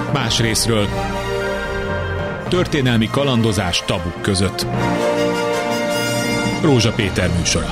Más részről. Történelmi kalandozás tabuk között. Rózsa Péter műsora.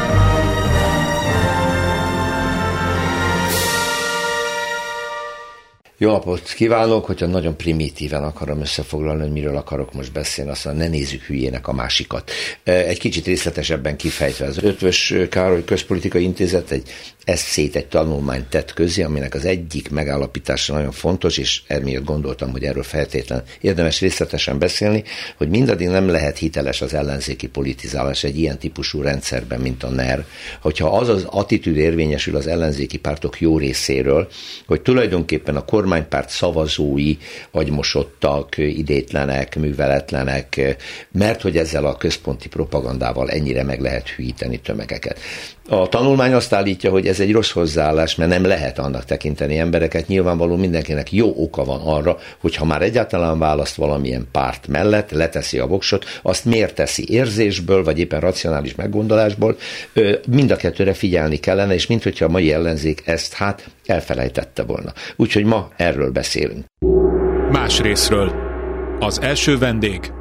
Jó napot kívánok, hogyha nagyon primitíven akarom összefoglalni, hogy miről akarok most beszélni, aztán ne nézzük hülyének a másikat. Egy kicsit részletesebben kifejtve, az Eötvös Károly Közpolitikai Intézet egy tanulmányt tett közzé, aminek az egyik megállapítása nagyon fontos, és emiatt gondoltam, hogy erről feltétlen érdemes részletesen beszélni, hogy mindaddig nem lehet hiteles az ellenzéki politizálás egy ilyen típusú rendszerben, mint a NER, hogyha az az attitűd érvényesül az ellenzéki pártok jó részéről, hogy tulajdonképpen a kormánypárt szavazói agymosodtak, idétlenek, műveletlenek, mert hogy ezzel a központi propagandával ennyire meg lehet hülyíteni tömegeket. A tanulmány azt állítja, hogy ez egy rossz hozzáállás, mert nem lehet annak tekinteni embereket. Nyilvánvaló mindenkinek jó oka van arra, hogy ha már egyáltalán választ valamilyen párt mellett, leteszi a voksot, azt miért teszi érzésből, vagy éppen racionális meggondolásból, mind a kettőre figyelni kellene, és minthogyha a mai ellenzék ezt elfelejtette volna. Úgyhogy ma erről beszélünk. Más részről. Az első vendég.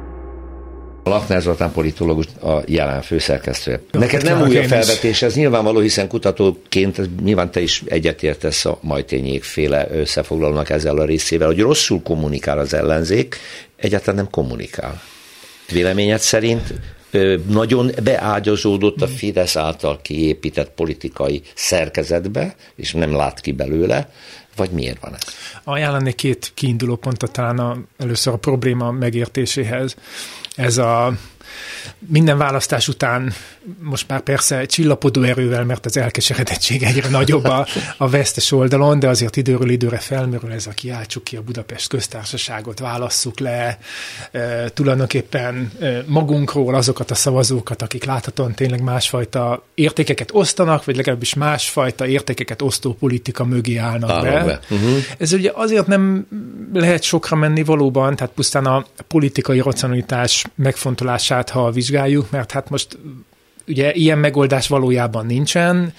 Lakner Zoltán politológus, a Jelen főszerkesztője. Neked nem új a felvetés, ez nyilvánvaló, hiszen kutatóként nyilván te is egyetértesz a Majtényék féle összefoglalónak ezzel a részével, hogy rosszul kommunikál az ellenzék, egyáltalán nem kommunikál. Véleményed szerint nagyon beágyazódott a Fidesz által kiépített politikai szerkezetbe, és nem lát ki belőle, vagy miért van ez? Ajánlanék két kiinduló pontot talán először a probléma megértéséhez. Ez a minden választás után most már persze csillapodó erővel, mert az elkeseredettség egyre nagyobb a vesztes oldalon, de azért időről időre felmerül ez a kiáltsuk ki a Budapest köztársaságot, válasszuk le tulajdonképpen magunkról azokat a szavazókat, akik láthatóan tényleg másfajta értékeket osztanak, vagy legalábbis másfajta értékeket osztó politika mögé állnak be. Ez ugye azért nem lehet sokra menni valóban, tehát pusztán a politikai racionalitás megfontolását, ha vizsgáljuk, mert hát most ugye ilyen megoldás valójában nincsen.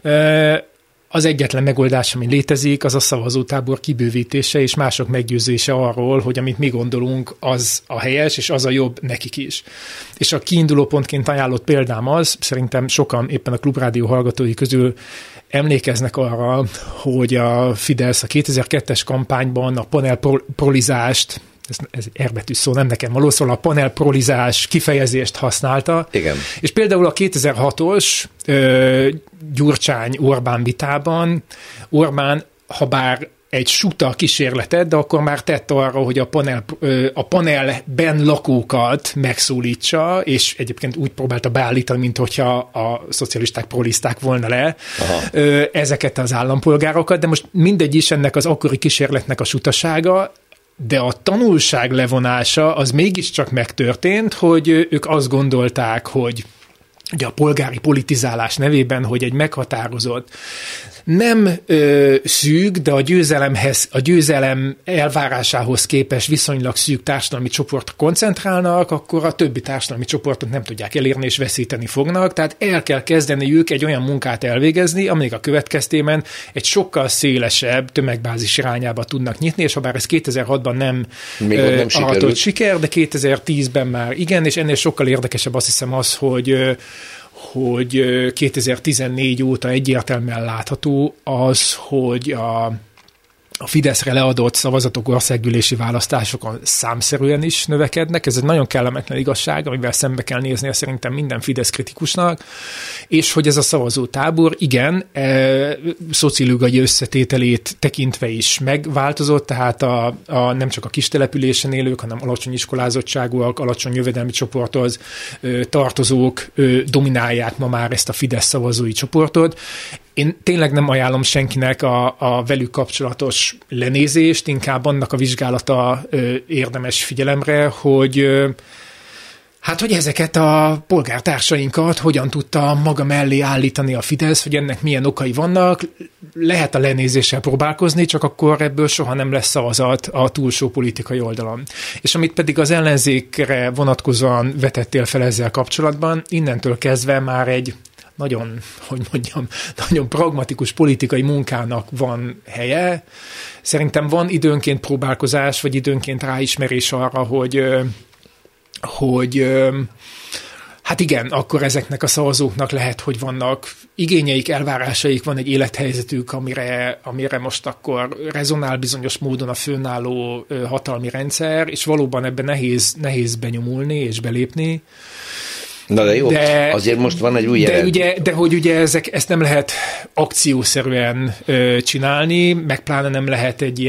Az egyetlen megoldás, ami létezik, az a szavazótábor kibővítése és mások meggyőzése arról, hogy amit mi gondolunk, az a helyes, és az a jobb nekik is. És a kiinduló pontként ajánlott példám az, szerintem sokan éppen a Klubrádió hallgatói közül emlékeznek arra, hogy a Fidesz a 2002-es kampányban a panelprolizást, ez egy erbetű szó, nem nekem való, szóval a panelprolizás kifejezést használta. Igen. És például a 2006-os Gyurcsány-Orbán vitában Orbán, ha bár egy suta kísérletet, de akkor már tett arra, hogy a panelben lakókat megszólítsa, és egyébként úgy próbálta beállítani, mint hogyha a szocialisták prolizták volna le ezeket az állampolgárokat, de most mindegy is ennek az akkori kísérletnek a sutasága, de a tanulság levonása az mégiscsak megtörtént, hogy ők azt gondolták, hogy ugye a polgári politizálás nevében, hogy egy meghatározott, nem szűk, de a győzelem elvárásához képest viszonylag szűk társadalmi csoportra koncentrálnak, akkor a többi társadalmi csoportot nem tudják elérni és veszíteni fognak. Tehát el kell kezdeniük egy olyan munkát elvégezni, aminek a következtében egy sokkal szélesebb tömegbázis irányába tudnak nyitni, és ha bár ez 2006-ban nem aratott siker, de 2010-ben már igen, és ennél sokkal érdekesebb azt hiszem az, hogy 2014 óta egyértelműen látható az, hogy a Fideszre leadott szavazatok országgyűlési választásokon számszerűen is növekednek. Ez egy nagyon kellemetlen igazság, amivel szembe kell néznie szerintem minden Fidesz kritikusnak, és hogy ez a szavazótábor, igen, szociológiai összetételét tekintve is megváltozott, tehát nem csak a kistelepülésen élők, hanem alacsony iskolázottságúak, alacsony jövedelmi csoporthoz tartozók dominálják ma már ezt a Fidesz szavazói csoportot. Én tényleg nem ajánlom senkinek a velük kapcsolatos lenézést, inkább annak a vizsgálata érdemes figyelemre, hogy ezeket a polgártársainkat hogyan tudta maga mellé állítani a Fidesz, hogy ennek milyen okai vannak. Lehet a lenézéssel próbálkozni, csak akkor ebből soha nem lesz szavazat a túlsó politikai oldalon. És amit pedig az ellenzékre vonatkozóan vetettél fel ezzel kapcsolatban, innentől kezdve már egy nagyon, nagyon pragmatikus politikai munkának van helye. Szerintem van időnként próbálkozás, vagy időnként ráismerés arra, hogy hát igen, akkor ezeknek a szavazóknak lehet, hogy vannak igényeik, elvárásaik, van egy élethelyzetük, amire most akkor rezonál bizonyos módon a fönnálló hatalmi rendszer, és valóban ebben nehéz benyomulni és belépni. Na de jó, azért most van egy új jelent. De hogy ugye ezt nem lehet akciószerűen csinálni, meg pláne nem lehet egy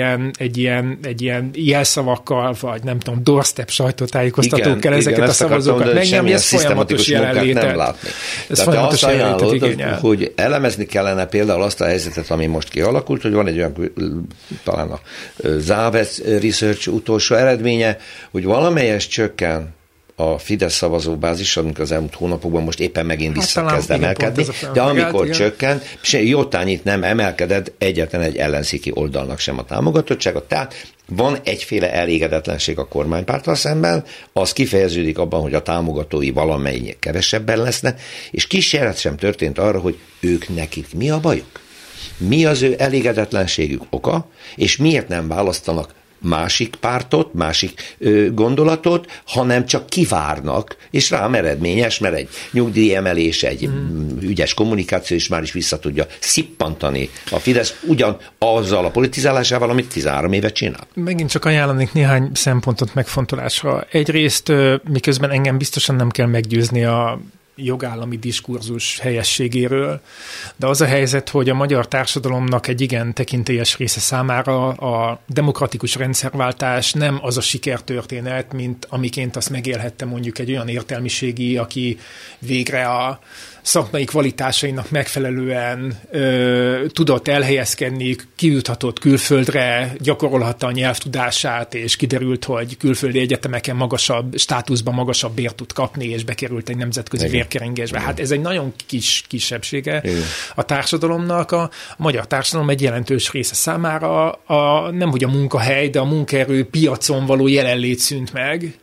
ilyen jelszavakkal, vagy nem tudom, doorstep sajtótájékoztatókkal ezeket a szavazókat megnyomni, ez folyamatos jelenlétet. Ez folyamatos jelenlétet igényel. Hogy elemezni kellene például azt a helyzetet, ami most kialakult, hogy van egy olyan, talán a Závec Research utolsó eredménye, hogy valamelyes csökken a Fidesz szavazóbázis, amikor az elmúlt hónapokban most éppen megint visszakezd emelkedni, de amikor csökkent, jótányit nem emelkedett egyetlen egy ellenzéki oldalnak sem a támogatottsága, tehát van egyféle elégedetlenség a kormánypárttal szemben, az kifejeződik abban, hogy a támogatói valamennyi kevesebben lesznek, és kísérlet sem történt arra, hogy ők nekik mi a bajuk, mi az ő elégedetlenségük oka, és miért nem választanak másik pártot, másik gondolatot, hanem csak kivárnak, és rám eredményes, mert egy nyugdíjemelés, egy ügyes kommunikáció is már is vissza tudja szippantani a Fidesz ugyan azzal a politizálásával, amit 13 évet csinál. Megint csak ajánlanék néhány szempontot megfontolásra. Egyrészt, miközben engem biztosan nem kell meggyőzni a jogállami diskurzus helyességéről, de az a helyzet, hogy a magyar társadalomnak egy igen tekintélyes része számára a demokratikus rendszerváltás nem az a sikertörténet, mint amiként azt megélhette mondjuk egy olyan értelmiségi, aki végre a szakmai kvalitásainak megfelelően tudott elhelyezkedni, kijuthatott külföldre, gyakorolhatta a nyelvtudását, és kiderült, hogy külföldi egyetemeken magasabb státuszban magasabb bért tud kapni, és bekerült egy nemzetközi vérkeringésbe. Hát ez egy nagyon kisebbsége a társadalomnak. A magyar társadalom egy jelentős része számára nem hogy a munkahely, de a munkaerő piacon való jelenlét szűnt meg.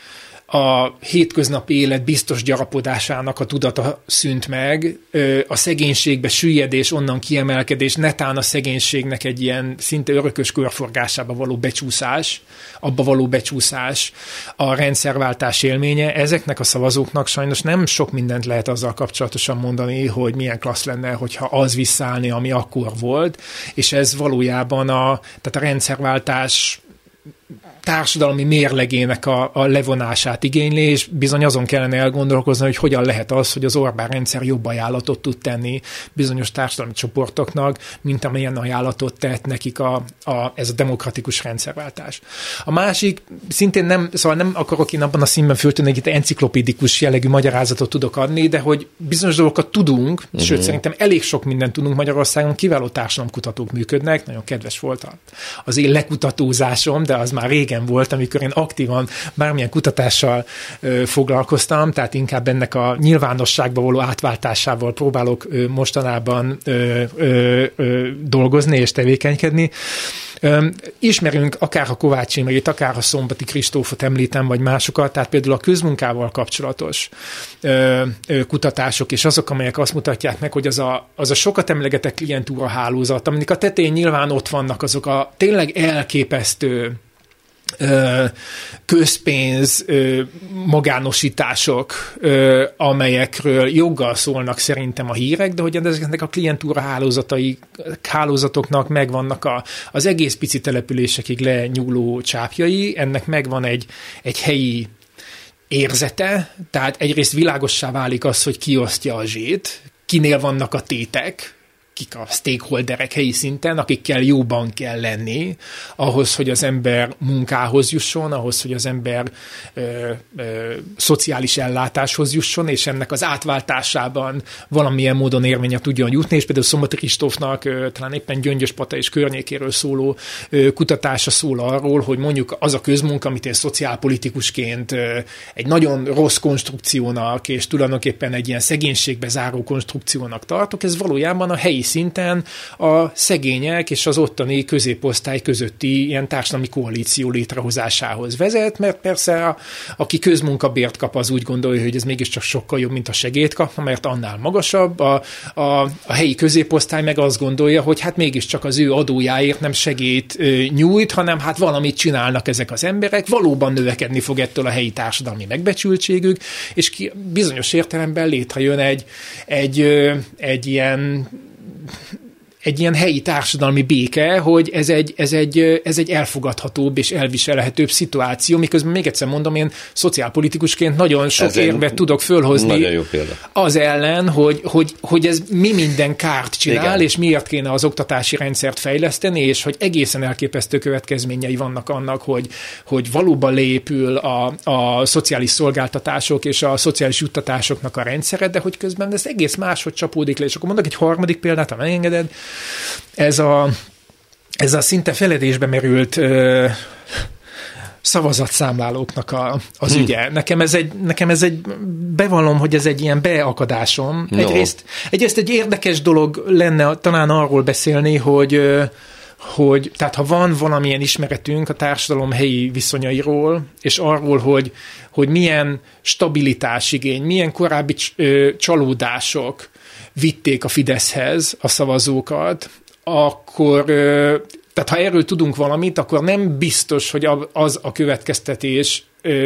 A hétköznapi élet biztos gyarapodásának a tudata szűnt meg, a szegénységbe süllyedés, onnan kiemelkedés, netán a szegénységnek egy ilyen szinte örökös körforgásába való becsúszás, abba való becsúszás, a rendszerváltás élménye. Ezeknek a szavazóknak sajnos nem sok mindent lehet azzal kapcsolatosan mondani, hogy milyen klassz lenne, hogyha az visszaállni, ami akkor volt, és ez valójában tehát a rendszerváltás társadalmi mérlegének a levonását igényli, és bizony azon kellene elgondolkozni, hogy hogyan lehet az, hogy az Orbán rendszer jobb ajánlatot tud tenni bizonyos társadalmi csoportoknak, mint amilyen ajánlatot tett nekik ez a demokratikus rendszerváltás. A másik, szintén nem akarok én abban a színben föltűnni, hogy itt enciklopédikus jellegű magyarázatot tudok adni, de hogy bizonyos dolgokat tudunk, sőt szerintem elég sok mindent tudunk Magyarországon, kiváló társadalomkutatók működnek, nagyon kedves volt az én lekutatózásom, de az már régen volt, amikor én aktívan bármilyen kutatással foglalkoztam, tehát inkább ennek a nyilvánosságba való átváltásával próbálok mostanában dolgozni és tevékenykedni. Ismerünk akár a Kovács Imrét, akár a Szombati Kristófot említem, vagy másokat, tehát például a közmunkával kapcsolatos kutatások, és azok, amelyek azt mutatják meg, hogy az a sokat emlegetett klientúra hálózat, aminek a tetején nyilván ott vannak azok a tényleg elképesztő közpénz magánosítások, amelyekről joggal szólnak szerintem a hírek, de hogy ezeknek a klientúra hálózatoknak megvannak az egész pici településekig lenyúló csápjai, ennek megvan egy helyi érzete, tehát egyrészt világossá válik az, hogy ki osztja a zsét, kinél vannak a tétek, kik a stakeholderek helyi szinten, akikkel jóban kell lenni, ahhoz, hogy az ember munkához jusson, ahhoz, hogy az ember szociális ellátáshoz jusson, és ennek az átváltásában valamilyen módon érvényre tudjon jutni, és például Szombati Kristófnak talán éppen Gyöngyöspata és környékéről szóló kutatása szól arról, hogy mondjuk az a közmunka, amit én szociálpolitikusként egy nagyon rossz konstrukciónak, és tulajdonképpen egy ilyen szegénységbe záró konstrukciónak tartok, ez valójában a helyi szinten a szegények és az ottani középosztály közötti ilyen társadalmi koalíció létrehozásához vezet, mert persze aki közmunkabért kap, az úgy gondolja, hogy ez mégiscsak sokkal jobb, mint a segélyt kapna, mert annál magasabb. A helyi középosztály meg azt gondolja, hogy hát mégiscsak az ő adójáért nem segélyt nyújt, hanem hát valamit csinálnak ezek az emberek, valóban növekedni fog ettől a helyi társadalmi megbecsültségük, és bizonyos értelemben létrejön egy ilyen helyi társadalmi béke, hogy ez egy elfogadhatóbb és elviselhetőbb szituáció, miközben még egyszer mondom, én szociálpolitikusként nagyon sok érvet tudok fölhozni az ellen, hogy ez mi minden kárt csinál, igen, és miért kéne az oktatási rendszert fejleszteni, és hogy egészen elképesztő következményei vannak annak, hogy valóban leépül a szociális szolgáltatások és a szociális juttatásoknak a rendszere, de hogy közben ez egész máshogy csapódik le. És akkor mondok egy harmadik példát, ha megengeded. Ez a szinte feledésbe merült szavazatszámlálóknak az ügye. Nekem ez egy bevallom, hogy ez egy ilyen beakadásom. No. Egyrészt egy érdekes dolog lenne talán arról beszélni, hogy tehát ha van valamilyen ismeretünk a társadalom helyi viszonyairól, és arról, hogy milyen stabilitásigény, milyen korábbi csalódások vitték a Fideszhez a szavazókat, akkor, tehát ha erről tudunk valamit, akkor nem biztos, hogy az a következtetés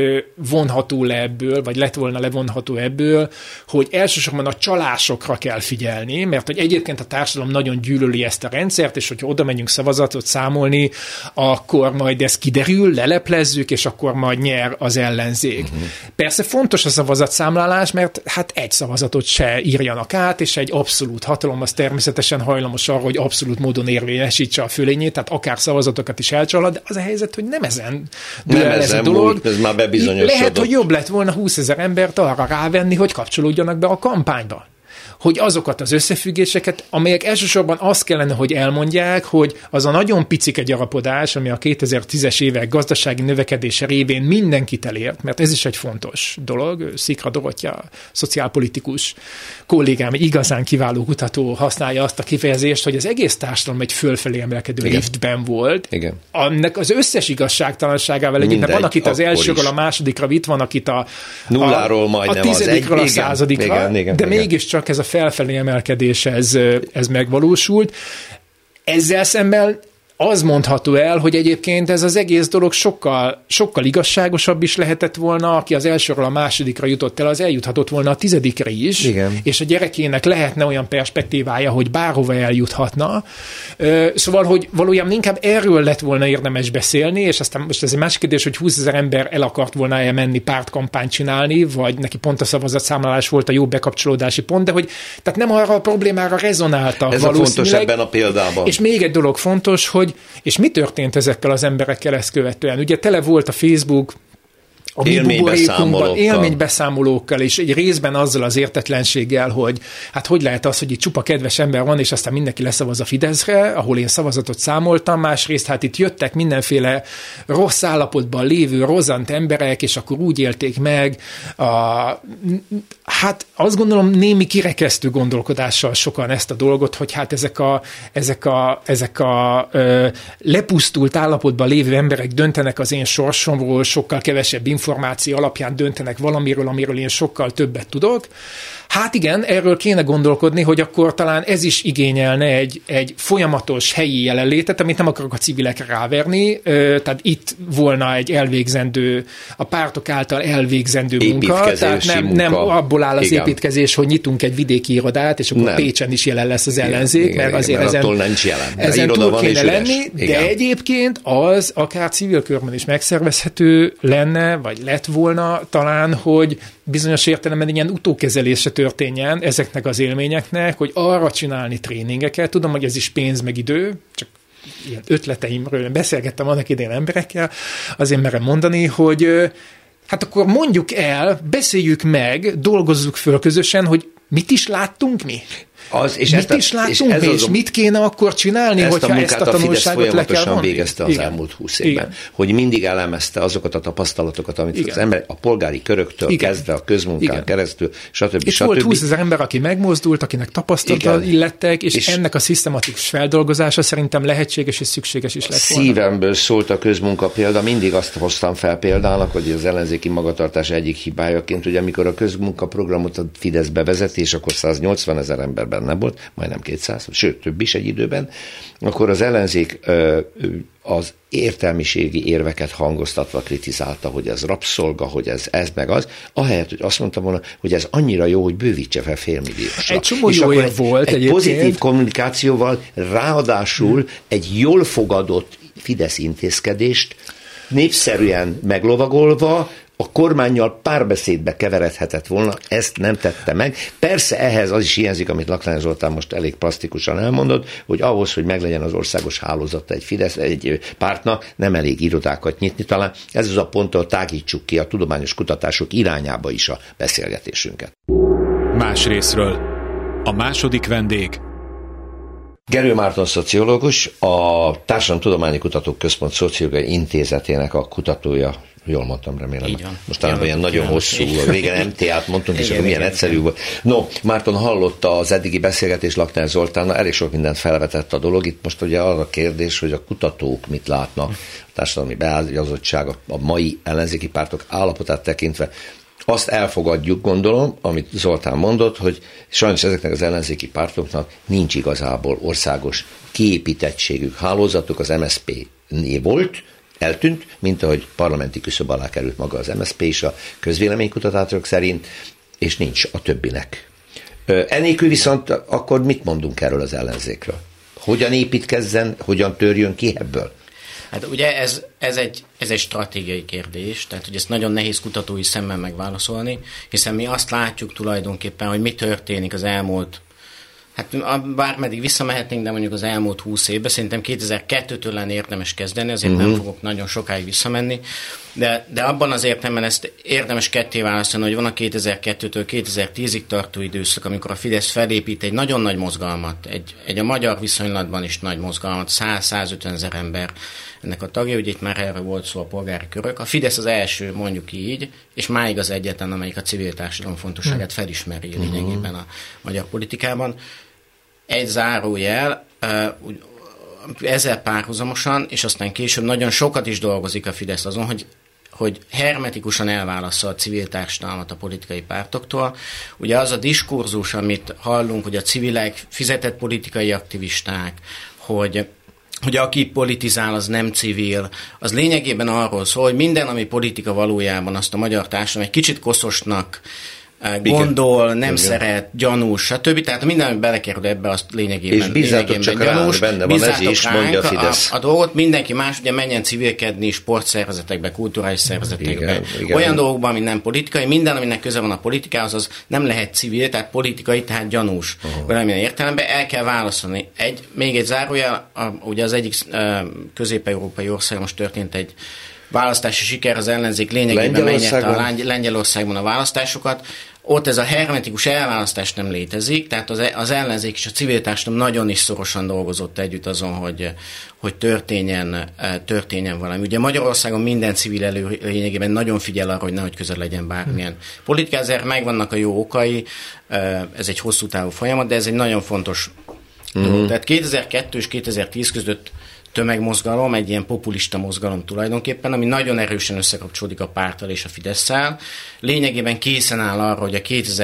vonható le ebből, vagy lett volna levonható ebből, hogy elsősorban a csalásokra kell figyelni, mert hogy egyébként a társadalom nagyon gyűlöli ezt a rendszert, és hogyha oda megyünk szavazatot számolni, akkor majd ez kiderül, leleplezzük, és akkor majd nyer az ellenzék. Uh-huh. Persze fontos a szavazatszámlálás, mert hát egy szavazatot se írjanak át, és egy abszolút hatalom az természetesen hajlamos arra, hogy abszolút módon érvényesítse a fölényét, tehát akár szavazatokat is elcsalad, de az a helyzet, hogy nem ezen dől el ez a dolog. Lehet, hogy jobb lett volna 20 000 embert arra rávenni, hogy kapcsolódjanak be a kampányba. Hogy azokat az összefüggéseket, amelyek elsősorban azt kellene, hogy elmondják, hogy az a nagyon picike gyarapodás, ami a 2010-es évek gazdasági növekedése révén mindenkit elért, mert ez is egy fontos dolog. Szikra Dorottya, szociálpolitikus kollégám, egy igazán kiváló kutató használja azt a kifejezést, hogy az egész társadalom egy fölfelé emelkedő liftben volt. Igen. Annak az összes igazságtalanságával egyébként van, akit az elsőről a másodikra vitt, van, akit a nulláról majdnem a tizedikről a századikra, de mégiscsak ez a felfelé emelkedés ez megvalósult. Ezzel szemben az mondható el, hogy egyébként ez az egész dolog sokkal igazságosabb is lehetett volna, aki az elsőről a másodikra jutott el, az eljuthatott volna a 10-re is, igen, és a gyerekének lehetne olyan perspektívája, hogy bárhova eljuthatna. Szóval, hogy valójában inkább erről lett volna érdemes beszélni, és aztán most ez egy másik kérdés, hogy 20 000 ember el akart volna elmenni pártkampányt csinálni, vagy neki pont a szavazatszámlálás volt a jó bekapcsolódási pont, de hogy tehát nem arra a problémára rezonáltak. Ez a fontos ebben a példában. És még egy dolog fontos, hogy és mi történt ezekkel az emberekkel ezt követően? Ugye tele volt a Facebook, a élménybeszámolókkal, és egy részben azzal az értetlenséggel, hogy hát hogy lehet az, hogy itt csupa kedves ember van, és aztán mindenki leszavaz a Fideszre, ahol én szavazatot számoltam, másrészt hát itt jöttek mindenféle rossz állapotban lévő, rozant emberek, és akkor úgy élték meg, hát azt gondolom némi kirekesztő gondolkodással sokan ezt a dolgot, hogy hát ezek a lepusztult állapotban lévő emberek döntenek az én sorsomról, sokkal kevesebb információ alapján döntenek valamiről, amiről én sokkal többet tudok. Hát igen, erről kéne gondolkodni, hogy akkor talán ez is igényelne egy folyamatos helyi jelenlétet, amit nem akarok a civilekre ráverni, tehát itt volna egy elvégzendő, a pártok által elvégzendő munka, tehát nem abból áll az építkezés, hogy nyitunk egy vidéki irodát, és akkor nem. Pécsen is jelen lesz az ellenzék, mert azért ezen túl kéne lenni, de egyébként az akár civil körben is megszervezhető lenne, vagy lett volna talán, hogy bizonyos értelemben ilyen utókezelése történjen ezeknek az élményeknek, hogy arra csinálni tréningeket. Tudom, hogy ez is pénz meg idő, csak ilyen ötleteimről beszélgettem annak idején emberekkel, azért merem mondani, hogy hát akkor mondjuk el, beszéljük meg, dolgozzuk föl közösen, hogy mit is láttunk mi? És mit is látunk és mit kéne akkor csinálni, hogyha ezt a tanulságot le kell vonni? Végezte az elmúlt 20 évben, igen. Hogy mindig elemezte azokat a tapasztalatokat, amit igen. az ember a polgári köröktől igen. kezdve a közmunkán igen. keresztül, stb. És volt 20 000 ember, aki megmozdult, akinek tapasztalatot illettek, és ennek a szisztematikus feldolgozása szerintem lehetséges és szükséges is lett volna. Szívemből szólt a közmunka példa, mindig azt hoztam fel példának, hogy az ellenzéki magatartás egyik hibájaként, hogy amikor a közmunkaprogramot a Fidesz bevezeti, és akkor 180 000 ember benne volt, majdnem 200, sőt, több is egy időben, akkor az ellenzék az értelmiségi érveket hangoztatva kritizálta, hogy ez rabszolga, hogy ez meg az, ahelyett, hogy azt mondta volna, hogy ez annyira jó, hogy bővítse fel 500 milliósra. Egy csomó jó év volt egy pozitív kommunikációval, ráadásul egy jól fogadott Fidesz intézkedést népszerűen meglovagolva, a kormánnyal párbeszédbe keveredhetett volna, ezt nem tette meg. Persze ehhez az is hiányzik, amit Laktány Zoltán most elég plastikusan elmondott, hogy ahhoz, hogy meglegyen az országos hálózata egy pártnak, nem elég irodákat nyitni. Talán ez az a pont, ahol tágítsuk ki a tudományos kutatások irányába is a beszélgetésünket. Más részről. A második vendég. Gerő Márton szociológus, a Társadalomtudományi Kutatók Központ Szociológiai Intézetének a kutatója. Jól mondtam, remélem. Mostanában ilyen nagyon hosszú, a régen MTA-t mondtunk, és akkor milyen egyszerű volt. No, Márton hallotta az eddigi beszélgetés Laktány Zoltánnal, elég sok mindent felvetett a dolog. Itt most ugye arra a kérdés, hogy a kutatók mit látnak, a társadalmi beágyazottság, a mai ellenzéki pártok állapotát tekintve. Azt elfogadjuk, gondolom, amit Zoltán mondott, hogy sajnos ezeknek az ellenzéki pártoknak nincs igazából országos kiépítettségük, hálózatuk, az MSZP-né volt, eltűnt, mint ahogy parlamenti küszöb alá került maga az MSZP is a közvéleménykutatások szerint, és nincs a többinek. Ennélkül viszont akkor mit mondunk erről az ellenzékről? Hogyan építkezzen, hogyan törjön ki ebből? Hát ugye ez egy stratégiai kérdés, tehát hogy ezt nagyon nehéz kutatói szemmel megválaszolni, hiszen mi azt látjuk tulajdonképpen, hogy mi történik az elmúlt, hát bármeddig visszamehetnénk, de mondjuk az elmúlt 20 évben, szerintem 2002-től lenne érdemes kezdeni, azért nem fogok nagyon sokáig visszamenni, de abban az értelemben ezt érdemes ketté választani, hogy van a 2002-től 2010-ig tartó időszak, amikor a Fidesz felépít egy nagyon nagy mozgalmat, egy a magyar viszonylatban is nagy mozgalmat, 100-150 000 ember ennek a tagja, ugye itt már erre volt szó a polgári körök. A Fidesz az első, mondjuk így, és máig az egyetlen, amelyik a civil társadalom fontosságát felismeri lényegében a magyar politikában. Egy zárójel, ezzel párhuzamosan, és aztán később nagyon sokat is dolgozik a Fidesz azon, hogy hermetikusan elválassza a civil társadalmat a politikai pártoktól. Ugye az a diskurzus, amit hallunk, hogy a civilek, fizetett politikai aktivisták, hogy aki politizál, az nem civil, az lényegében arról szól, hogy minden, ami politika valójában, azt a magyar társadalom egy kicsit koszosnak gondol, nem szeret, gyanús, stb. Tehát minden, ami belekerül ebbe, azt lényegében és bízzátok csak gyanús, benne van ez is, mondja a Fidesz. A dolgot mindenki más, ugye menjen civilkedni sportszervezetekbe, kulturális szervezetekbe, olyan dolgokban, ami nem politikai, minden, aminek köze van a politikához, az nem lehet civil, tehát politikai, tehát gyanús. Valamilyen értelemben el kell válaszolni. Még egy zárójel, ugye az egyik közép-európai ország most történt egy választási siker, az ellenzék lényegében megnyerte Lengyelországban a választásokat. Ott ez a hermetikus elválasztás nem létezik, tehát az ellenzék és a civil társadalom nagyon is szorosan dolgozott együtt azon, hogy történjen valami. Ugye Magyarországon minden civil elő lényegében nagyon figyel arra, hogy nehogy közel legyen bármilyen politika, ezért megvannak a jó okai, ez egy hosszú távú folyamat, de ez egy nagyon fontos dolog. Tehát 2002 és 2010 között tömegmozgalom, egy ilyen populista mozgalom tulajdonképpen, ami nagyon erősen összekapcsolódik a párttal és a Fidesszel. Lényegében készen áll arra, hogy a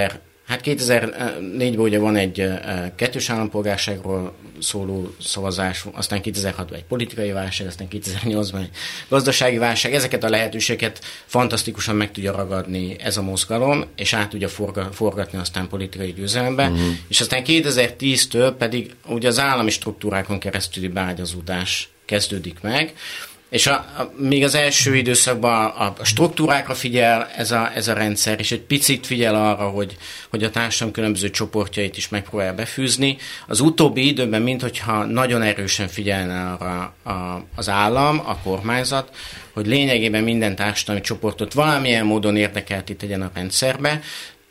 2004-ben ugye van egy kettős állampolgárságról szóló szavazás, aztán 2006-ban egy politikai válság, aztán 2008-ban egy gazdasági válság. Ezeket a lehetőségeket fantasztikusan meg tudja ragadni ez a mozgalom, és át tudja forgatni aztán politikai győzelembe. És aztán 2010-től pedig ugye az állami struktúrákon keresztüli beágyazódás kezdődik meg, és még az első időszakban a struktúrákra figyel ez a rendszer, és egy picit figyel arra, hogy a társadalom különböző csoportjait is megpróbálja befűzni. Az utóbbi időben, minthogyha nagyon erősen figyelne arra az állam, a kormányzat, hogy lényegében minden társadalmi csoportot valamilyen módon érdekelti tegyen a rendszerbe,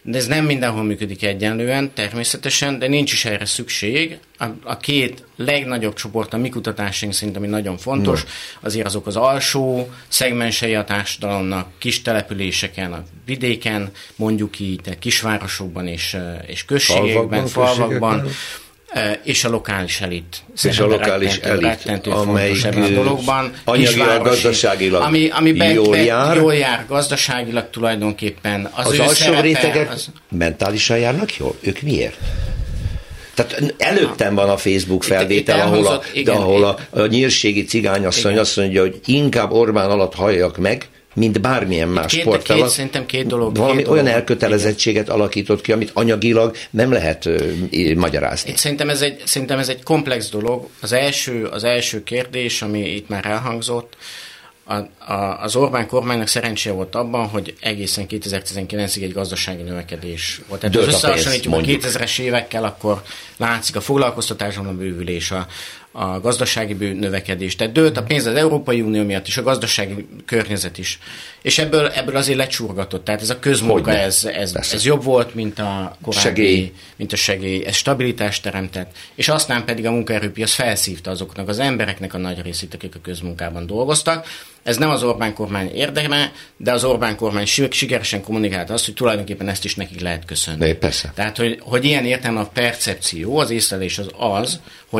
de ez nem mindenhol működik egyenlően, természetesen, de nincs is erre szükség. A két legnagyobb csoport, a mi kutatásaink szerint, ami nagyon fontos, azért azok az alsó szegmensei a társadalomnak, kis településeken, a vidéken, mondjuk így, de kisvárosokban és községekben, falvakban, és a lokális elit. És a lokális elit, amelyik anyagilag, gazdaságilag jól jár. Jól jár gazdaságilag tulajdonképpen. Az alsó rétegek mentálisan járnak jól? Ők miért? Tehát előttem van a Facebook felvétel, ahol a nyírségi cigányasszony azt mondja, hogy inkább Orbán alatt halljak meg, mint bármilyen más sport alatt. Szerintem két dolog. Valami olyan elkötelezettséget alakított ki, amit anyagilag nem lehet magyarázni. Szerintem ez egy komplex dolog. Az első kérdés, ami itt már elhangzott, az Orbán kormánynak szerencséje volt abban, hogy egészen 2019-ig egy gazdasági növekedés volt. Tehát az összehasonlítjuk a 2000-es évekkel, akkor látszik a foglalkoztatásban a bővülés, a gazdasági növekedés. Tehát dőlt a pénz az Európai Unió miatt is, a gazdasági környezet is. És ebből azért lecsurgatott. Tehát ez a közmunka, ez jobb volt, mint a korábbi, mint a segély. Ez stabilitást teremtett. És aztán pedig a munkaerőpiac felszívta azoknak az embereknek a nagy részét, akik a közmunkában dolgoztak. Ez nem az Orbán kormány érdeme, de az Orbán kormány sikeresen kommunikálta azt, hogy tulajdonképpen ezt is nekik lehet köszönni. De persze. Tehát, hogy ilyen értelemben a percepció, az észlelés az,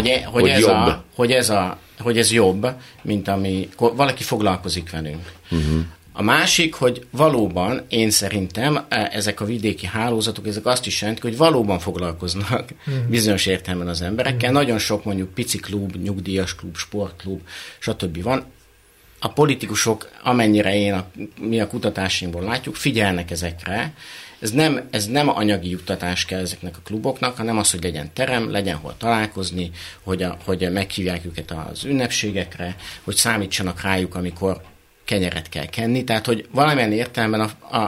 hogy ez jobb, mint ami valaki foglalkozik velünk. Uh-huh. A másik, hogy valóban én szerintem ezek a vidéki hálózatok, ezek azt is jelentik, hogy valóban foglalkoznak bizonyos értelemben az emberekkel. Nagyon sok mondjuk pici klub, nyugdíjas klub, sportklub, stb. Van. A politikusok, amennyire mi a kutatásunkból látjuk, figyelnek ezekre. Ez nem anyagi juttatás kell ezeknek a kluboknak, hanem az, hogy legyen terem, legyen hol találkozni, hogy meghívják őket az ünnepségekre, hogy számítsanak rájuk, amikor kenyeret kell kenni. Tehát, hogy valamilyen értelemben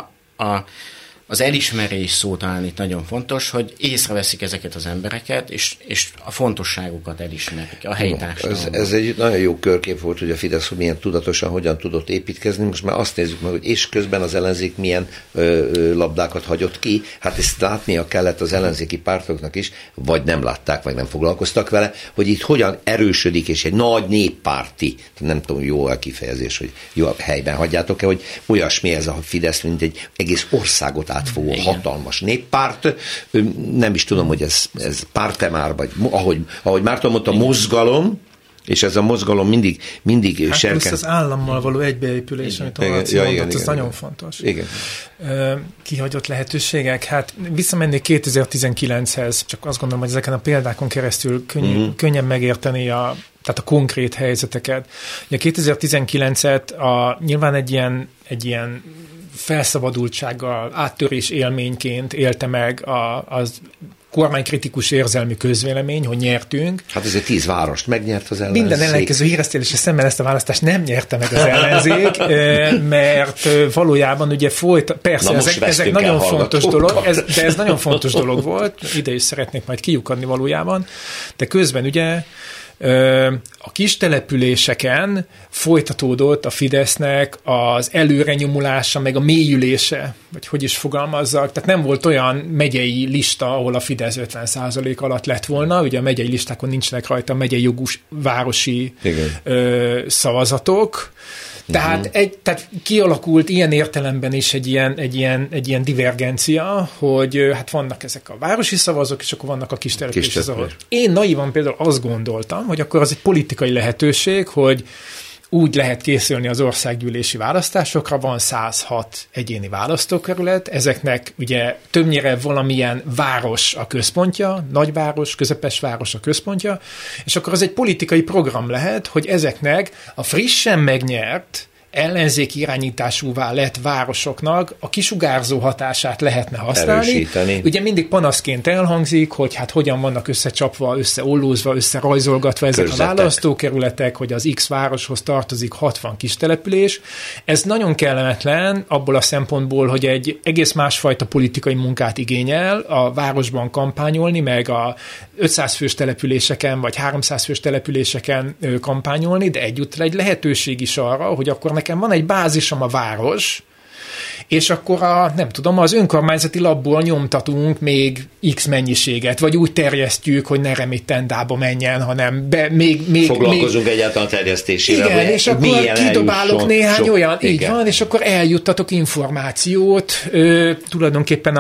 az elismerés szó talán itt nagyon fontos, hogy észreveszik ezeket az embereket, és a fontosságukat elismerik a helyi társadalomban. Ez egy nagyon jó körkép volt, hogy a Fidesz milyen tudatosan hogyan tudott építkezni. Most már azt nézzük meg, hogy és közben az ellenzék milyen labdákat hagyott ki. Hát ezt látnia kellett az ellenzéki pártoknak is, vagy nem látták, vagy nem foglalkoztak vele, hogy itt hogyan erősödik, és egy nagy néppárti, nem tudom, jó a kifejezés, hogy jó helyben hagyjátok-e, hogy olyasmi ez a Fidesz, mint egy egész országot átfogó hatalmas néppárt. Nem is tudom, hogy ez párt-e már, vagy ahogy Márton mondta, mozgalom, és ez a mozgalom mindig hát plusz az állammal való egybeépülés, amit a Marci mondott, ez nagyon fontos. Igen. Kihagyott lehetőségek. Hát visszamennék 2019-hez, csak azt gondolom, hogy ezeken a példákon keresztül könnyen megérteni tehát a konkrét helyzeteket. Ugye 2019-et nyilván egy ilyen felszabadultsággal, áttörés élményként élte meg az kormánykritikus érzelmi közvélemény, hogy nyertünk. Hát ezért 10 várost megnyert az ellenzék. Minden ellenkező híresztélése szemmel ezt a választást nem nyerte meg az ellenzék, mert valójában ugye persze, ezek nagyon fontos dolog, de ez nagyon fontos dolog volt, ide is szeretnék majd kiukadni valójában, de közben ugye a kis településeken folytatódott a Fidesznek az előrenyomulása, meg a mélyülése, vagy hogy is fogalmazzak. Tehát nem volt olyan megyei lista, ahol a Fidesz 50% alatt lett volna. Ugye a megyei listákon nincsenek rajta megyei jogú városi szavazatok. Tehát kialakult ilyen értelemben is egy ilyen divergencia, hogy hát vannak ezek a városi szavazók, és akkor vannak a kis települési szavazók. Én naivan például azt gondoltam, hogy akkor az egy politikai lehetőség, hogy úgy lehet készülni az országgyűlési választásokra, van 106 egyéni választókerület, ezeknek ugye többnyire valamilyen város a központja, nagyváros, közepes város a központja, és akkor az egy politikai program lehet, hogy ezeknek a frissen megnyert ellenzéki irányításúvá lett városoknak a kisugárzó hatását lehetne használni. Erősíteni. Ugye mindig panaszként elhangzik, hogy hát hogyan vannak összecsapva, összeollózva, összerajzolgatva ezek a választókerületek, hogy az X városhoz tartozik 60 kis település. Ez nagyon kellemetlen abból a szempontból, hogy egy egész másfajta politikai munkát igényel a városban kampányolni, meg a 500 fős településeken, vagy 300 fős településeken kampányolni, de egyúttal egy lehetőség is arra, hogy akkor nekem van egy bázisom a város, és akkor az önkormányzati labból nyomtatunk még X mennyiséget, vagy úgy terjesztjük, hogy ne remittendába menjen, hanem foglalkozunk egyáltalán terjesztésével. Igen, és akkor kidobálok néhány olyan, így van, és akkor eljuttatok információt, tulajdonképpen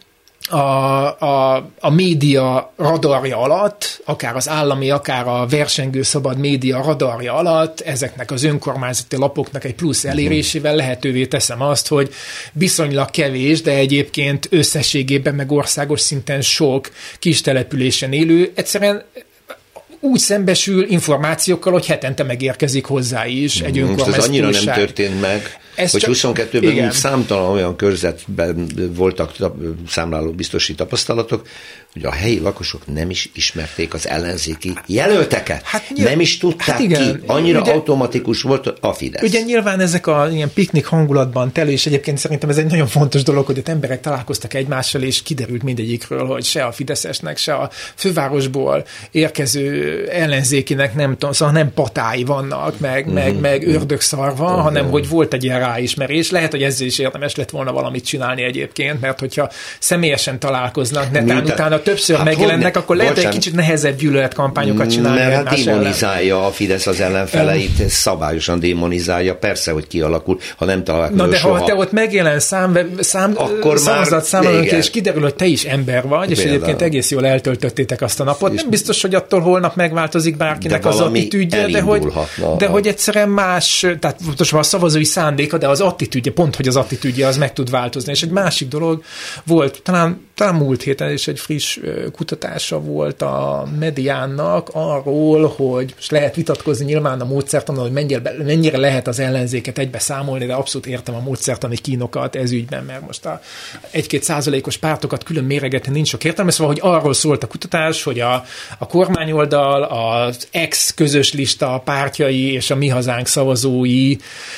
a média radarja alatt, akár az állami, akár a versengő szabad média radarja alatt, ezeknek az önkormányzati lapoknak egy plusz elérésével lehetővé teszem azt, hogy viszonylag kevés, de egyébként összességében meg országos szinten sok kis településen élő egyszerűen úgy szembesül információkkal, hogy hetente megérkezik hozzá is egy önkormányzati. Ez annyira nem történt meg, hogy 22-ben úgy számtalan olyan körzetben voltak számláló biztosi tapasztalatok, hogy a helyi lakosok nem is ismerték az ellenzéki jelölteket. Nem is tudták ki. Annyira automatikus volt a Fidesz. Ugye nyilván ezek a ilyen piknik hangulatban telő, és egyébként szerintem ez egy nagyon fontos dolog, hogy ott emberek találkoztak egymással, és kiderült mindegyikről, hogy se a fideszesnek, se a fővárosból érkező ellenzékinek nem patái vannak, meg ördögszarva, hanem hogy volt egy ilyen ráismerés. Lehet, hogy ezzel is érdemes lett volna valamit csinálni egyébként, mert hogyha személyesen találkoznak, netán utána többször megjelennek, akkor lehet, hogy egy kicsit nehezebb gyűlöletkampányokat csinálni. Mert démonizálja a Fidesz az ellenfeleit, szabályosan démonizálja, persze, hogy kialakul, ha nem találkozol soha. Ha te ott megjelen szavazatszámolók, és kiderül, hogy te is ember vagy, és egyébként egész jól eltöltöttétek azt a napot. Nem biztos, hogy attól holnap megváltozik bárkinek az attitűdje, de hogy egyszerűen más, tehát pontosan a szavazói szándéka, de az attitűdje, pont, hogy az attitűdje az meg tud változni. És egy másik dolog volt, talán múlt héten is egy friss kutatása volt a Mediánnak arról, hogy most lehet vitatkozni nyilván a módszertanon, hogy mennyire lehet az ellenzéket egybe számolni, de abszolút értem a módszertani kínokat ez ügyben, mert most a 1-2%-os pártokat külön méregetni nincs sok értelme, szóval, hogy arról szólt a kutatás, hogy a kormányoldal, az ex-közös lista pártjai és a Mi Hazánk szavazói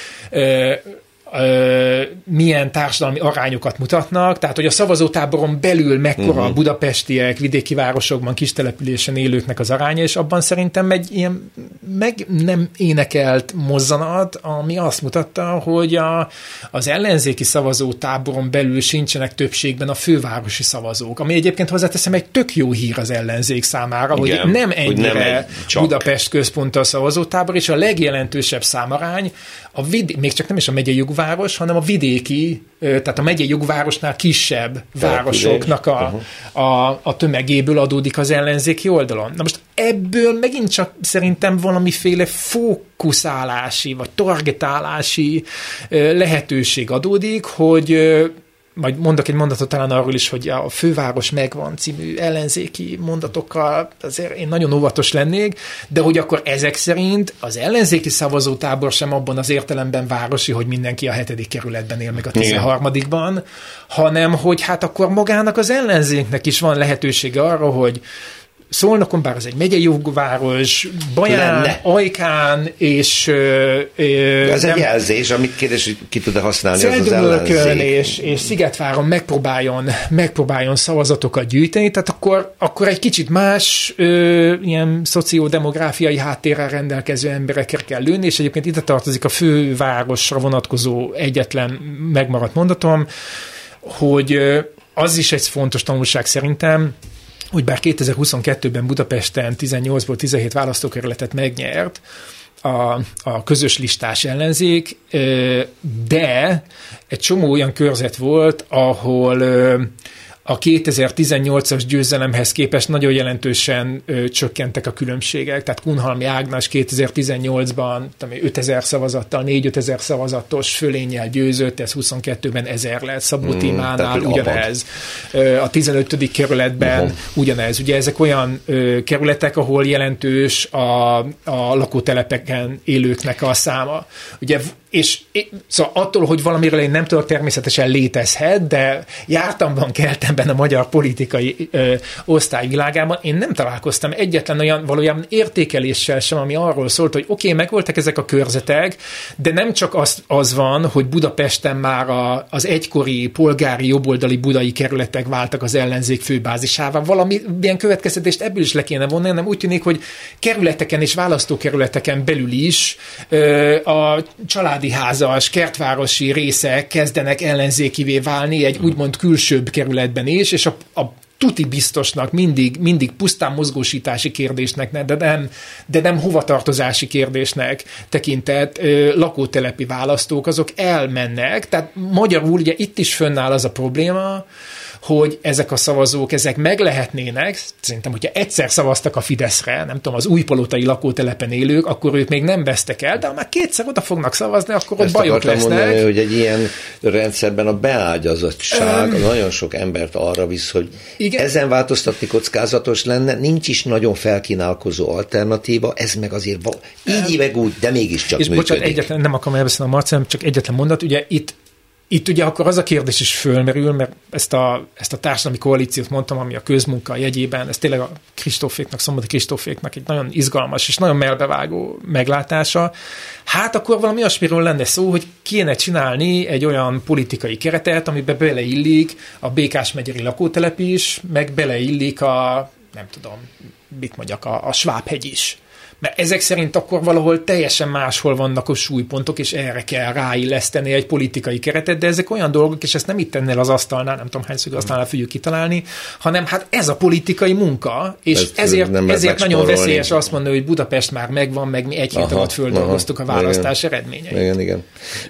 milyen társadalmi arányokat mutatnak, tehát hogy a szavazótáboron belül mekkora a budapestiek, vidéki városokban, kis településen élőknek az aránya, és abban szerintem egy ilyen meg nem énekelt mozzanat, ami azt mutatta, hogy az ellenzéki szavazótáboron belül sincsenek többségben a fővárosi szavazók, ami egyébként hozzáteszem egy tök jó hír az ellenzék számára, igen, hogy nem ennyire Budapest központtal szavazótábor, és a legjelentősebb számarány még csak nem is a megyei jogváros, hanem a vidéki, tehát a megyei jogvárosnál kisebb városoknak a tömegéből adódik az ellenzéki oldalon. Na most ebből megint csak szerintem valamiféle fókuszálási, vagy targetálási lehetőség adódik, hogy majd mondok egy mondatot talán arról is, hogy a Főváros megvan című ellenzéki mondatokkal azért én nagyon óvatos lennék, de hogy akkor ezek szerint az ellenzéki szavazótábor sem abban az értelemben városi, hogy mindenki a 7. kerületben él, meg a 13-ban, hanem hogy hát akkor magának az ellenzéknek is van lehetősége arra, hogy Szolnokon, bár az egy megyei jogváros, Baján, Ajkán, és... ez egy jelzés, amit kérdés, hogy ki tud használni az ellenzék. És Szigetváron megpróbáljon szavazatokat gyűjteni, tehát akkor egy kicsit más ilyen szociodemográfiai háttérrel rendelkező emberekre kell lőni, és egyébként ide tartozik a fővárosra vonatkozó egyetlen megmaradt mondatom, hogy az is egy fontos tanulság szerintem, hogy bár 2022-ben Budapesten 18-ból 17 választókerületet megnyert a közös listás ellenzék, de egy csomó olyan körzet volt, ahol a 2018-as győzelemhez képest nagyon jelentősen csökkentek a különbségek. Tehát Kunhalmi Ágnes 2018-ban 5000 szavazattal, 4-5 szavazatos fölénnyel győzött, ez 22-ben 1000 lett. Szabó Tímánál ugyanez. A 15. kerületben ugyanez. Ugye ezek olyan kerületek, ahol jelentős a lakótelepeken élőknek a száma. Ugye szóval attól, hogy valamiről én nem tudok, természetesen létezhet, de jártamban, keltem ebben a magyar politikai osztály világában én nem találkoztam egyetlen olyan valójában értékeléssel sem, ami arról szólt, hogy oké, megvoltak ezek a körzetek, de nem csak az van, hogy Budapesten már az egykori polgári jobboldali budai kerületek váltak az ellenzék főbázisává. Valami ilyen következtetést ebből is le kéne vonni, hanem úgy tűnik, hogy kerületeken és választókerületeken belül is a családi házas, kertvárosi részek kezdenek ellenzékivé válni egy úgymond külsőbb kerületben is, és a tuti biztosnak mindig pusztán mozgósítási kérdésnek, de nem hovatartozási kérdésnek tekintett lakótelepi választók, azok elmennek. Tehát magyarul ugye itt is fönnáll az a probléma, hogy ezek a szavazók, ezek meg lehetnének, szerintem, hogyha egyszer szavaztak a Fideszre, nem tudom, az újpalotai lakótelepen élők, akkor ők még nem vesztek el, de ha már kétszer oda fognak szavazni, akkor ott bajok lesznek. Mondani, hogy egy ilyen rendszerben a beágyazottság nagyon sok embert arra visz, hogy igen? Ezen változtatni kockázatos lenne, nincs is nagyon felkínálkozó alternatíva, ez meg azért így meg úgy, de mégiscsak működik. És bocsánat, egyetlen, nem akarom elbeszélni a Marci, csak egyetlen mondat, ugye itt ugye akkor az a kérdés is fölmerül, mert ezt a társadalmi koalíciót mondtam, ami a közmunka jegyében, ez tényleg a Kristóféknak, Szombodi Kristóféknak egy nagyon izgalmas és nagyon melbevágó meglátása. Hát akkor valami olyasmiről lenne szó, hogy kéne csinálni egy olyan politikai keretet, amiben beleillik a Békás megyeri lakótelep is, meg beleillik nem tudom, mit mondjak, a Svábhegy is. Mert ezek szerint akkor valahol teljesen máshol vannak a súlypontok, és erre kell ráilleszteni egy politikai keretet, de ezek olyan dolgok, és ezt nem itt ennél az asztalnál, nem tudom hányszor asztalnál fogjuk kitalálni, hanem hát ez a politikai munka, és ezért nagyon veszélyes azt mondani, hogy Budapest már megvan, meg mi egy hét alatt földolgoztuk a választás eredményeit. Igen.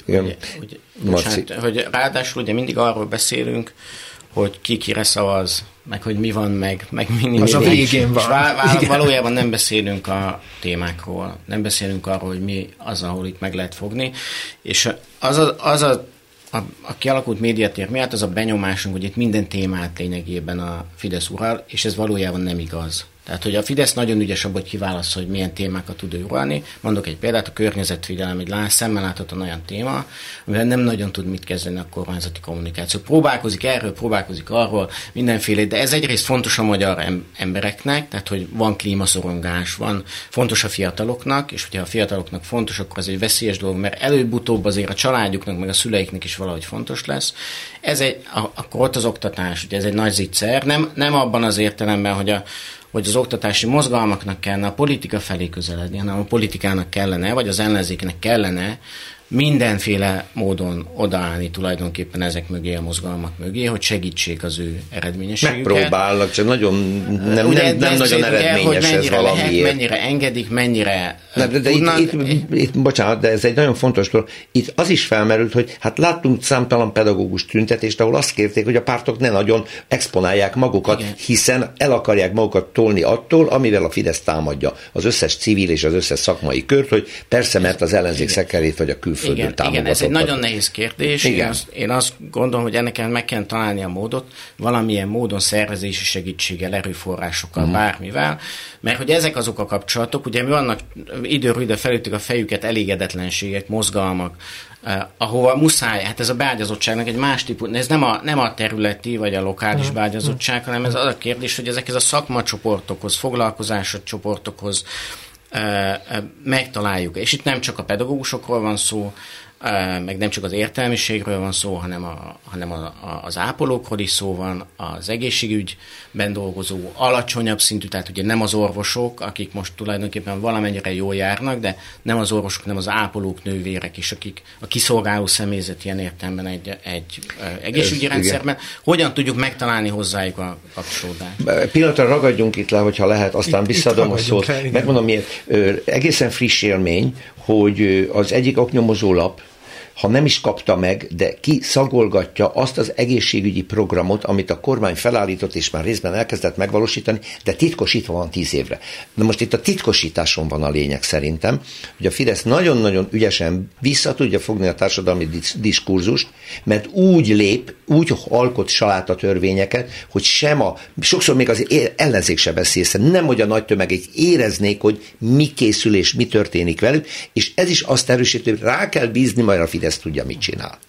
Hogy ráadásul ugye mindig arról beszélünk, hogy ki kire szavaz, meg hogy mi van, meg mindig. Az a végén van. Valójában nem beszélünk a témákról, nem beszélünk arról, hogy mi az, ahol itt meg lehet fogni, és a kialakult médiatér miatt az a benyomásunk, hogy itt minden témát lényegében a Fidesz ural, és ez valójában nem igaz. Tehát, hogy a Fidesz nagyon ügyes abban, hogy kiválasz, hogy milyen témákat tud ő uralni. Mondok egy példát, a környezetvédelem egy szemmel láthatóan olyan téma, amivel nem nagyon tud mit kezdeni a kormányzati kommunikáció. Próbálkozik erről, próbálkozik arról, mindenféle, de ez egyrészt fontos a magyar embereknek, tehát, hogy van klímaszorongás, van fontos a fiataloknak, és hogyha a fiataloknak fontos, akkor ez egy veszélyes dolog, mert előbb-utóbb azért a családjuknak, meg a szüleiknek is valahogy fontos lesz. Akkor ott az oktatás, ugye ez egy nagy zicser, nem abban az értelemben, hogy az oktatási mozgalmaknak kellene a politika felé közeledni, hanem a politikának kellene, vagy az ellenzéknek kellene mindenféle módon odaállni tulajdonképpen ezek mögé, a mozgalmak mögé, hogy segítsék az ő eredményességüket. Megpróbálnak, csak nagyon nem nagyon eredményes ez valamiért. Mennyire engedik, mennyire tudnak. Itt, bocsánat, de ez egy nagyon fontos dolog. Itt az is felmerült, hogy hát láttunk számtalan pedagógus tüntetést, ahol azt kérték, hogy a pártok ne nagyon exponálják magukat, igen, hiszen el akarják magukat tolni attól, amivel a Fidesz támadja az összes civil és az összes szakmai kört, hogy persze, mert az ellenzék szekkerét vagy a Igen, ez egy nagyon nehéz kérdés. Én azt gondolom, hogy ennek meg kell találni a módot, valamilyen módon szervezési segítséggel, erőforrásokkal, bármivel, mert hogy ezek azok a kapcsolatok, ugye mi vannak időről ide felütték a fejüket elégedetlenségek, mozgalmak, ahova muszáj, hát ez a beágyazottságnak egy más típus, ez nem a területi vagy a lokális beágyazottság, hanem ez az a kérdés, hogy ezekhez a szakmacsoportokhoz, foglalkozási csoportokhoz megtaláljuk. És itt nem csak a pedagógusokról van szó, meg nem csak az értelmiségről van szó, hanem az ápolókról is szó van, az egészségügyben dolgozó, alacsonyabb szintű, tehát ugye nem az orvosok, akik most tulajdonképpen valamennyire jól járnak, de nem az orvosok, nem az ápolók, nővérek is, akik a kiszolgáló személyzet ilyen értelemben egy egészségügyi rendszerben. Hogyan tudjuk megtalálni hozzájuk a kapcsolódást? Pillanatra ragadjunk itt le, hogyha lehet, aztán visszaadom a szót. Megmondom, miért. Egészen friss élmény, hogy az egyik oknyomozó lap, ha nem is kapta meg, de ki szagolgatja azt az egészségügyi programot, amit a kormány felállított, és már részben elkezdett megvalósítani, de titkosítva van 10 évre. Na most itt a titkosításon van a lényeg szerintem, hogy a Fidesz nagyon-nagyon ügyesen vissza tudja fogni a társadalmi diskurzust, mert úgy alkot saláta törvényeket, hogy sokszor még az ellenzék se veszi észre, nem hogy a nagy tömegek éreznék, hogy mi készül és mi történik velük, és ez is azt erősíti, hogy rá kell bízni, majd a Fidesz tudja, mit csinál.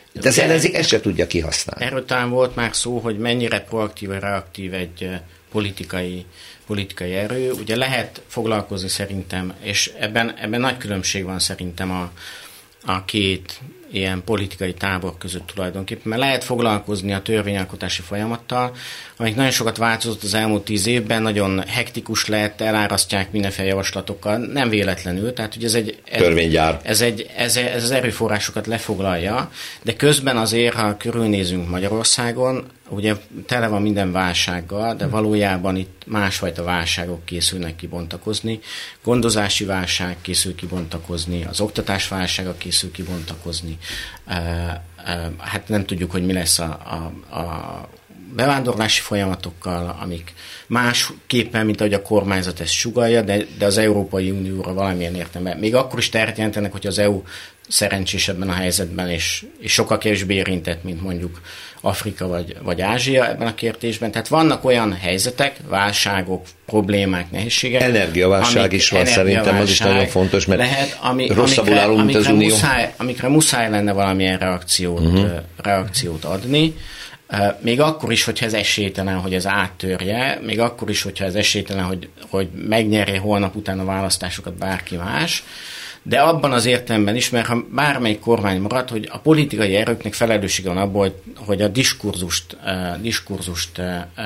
De az ellenzék ezt sem tudja kihasználni. Erről talán volt már szó, hogy mennyire proaktív vagy reaktív egy politikai erő. Ugye lehet foglalkozni szerintem, és ebben nagy különbség van szerintem a két ilyen politikai tábor között tulajdonképpen, mert lehet foglalkozni a törvényalkotási folyamattal, amik nagyon sokat változott az elmúlt 10 évben, nagyon hektikus lett, elárasztják mindenféle javaslatokkal, nem véletlenül, tehát hogy törvénygyár. Ez az erőforrásokat lefoglalja, de közben azért, ha körülnézünk Magyarországon, ugye tele van minden válsággal, de valójában itt másfajta válságok készülnek kibontakozni, gondozási válság készül kibontakozni, az oktatás válsága készül kibontakozni, hát nem tudjuk, hogy mi lesz a bevándorlási folyamatokkal, amik másképpen, mint ahogy a kormányzat ezt sugallja, de az Európai Unióra valamilyen értelemben. Még akkor is terhet jelentenek, hogy az EU szerencsés ebben a helyzetben, és sokkal kevésbé érintett, mint mondjuk Afrika vagy Ázsia ebben a kérdésben. Tehát vannak olyan helyzetek, válságok, problémák, nehézségek. Energiaválság is van, szerintem az is nagyon fontos, mert lehet, rosszabbul állunk, mint az Unió. Amikre muszáj lenne valamilyen reakciót adni, még akkor is, hogyha ez esélytelen, hogy ez áttörje, még akkor is, hogyha ez esélytelen, hogy megnyerje holnap után a választásokat bárki más, de abban az értelemben is, mert ha bármelyik kormány marad, hogy a politikai erőknek felelőssége van abban, hogy a diskurzust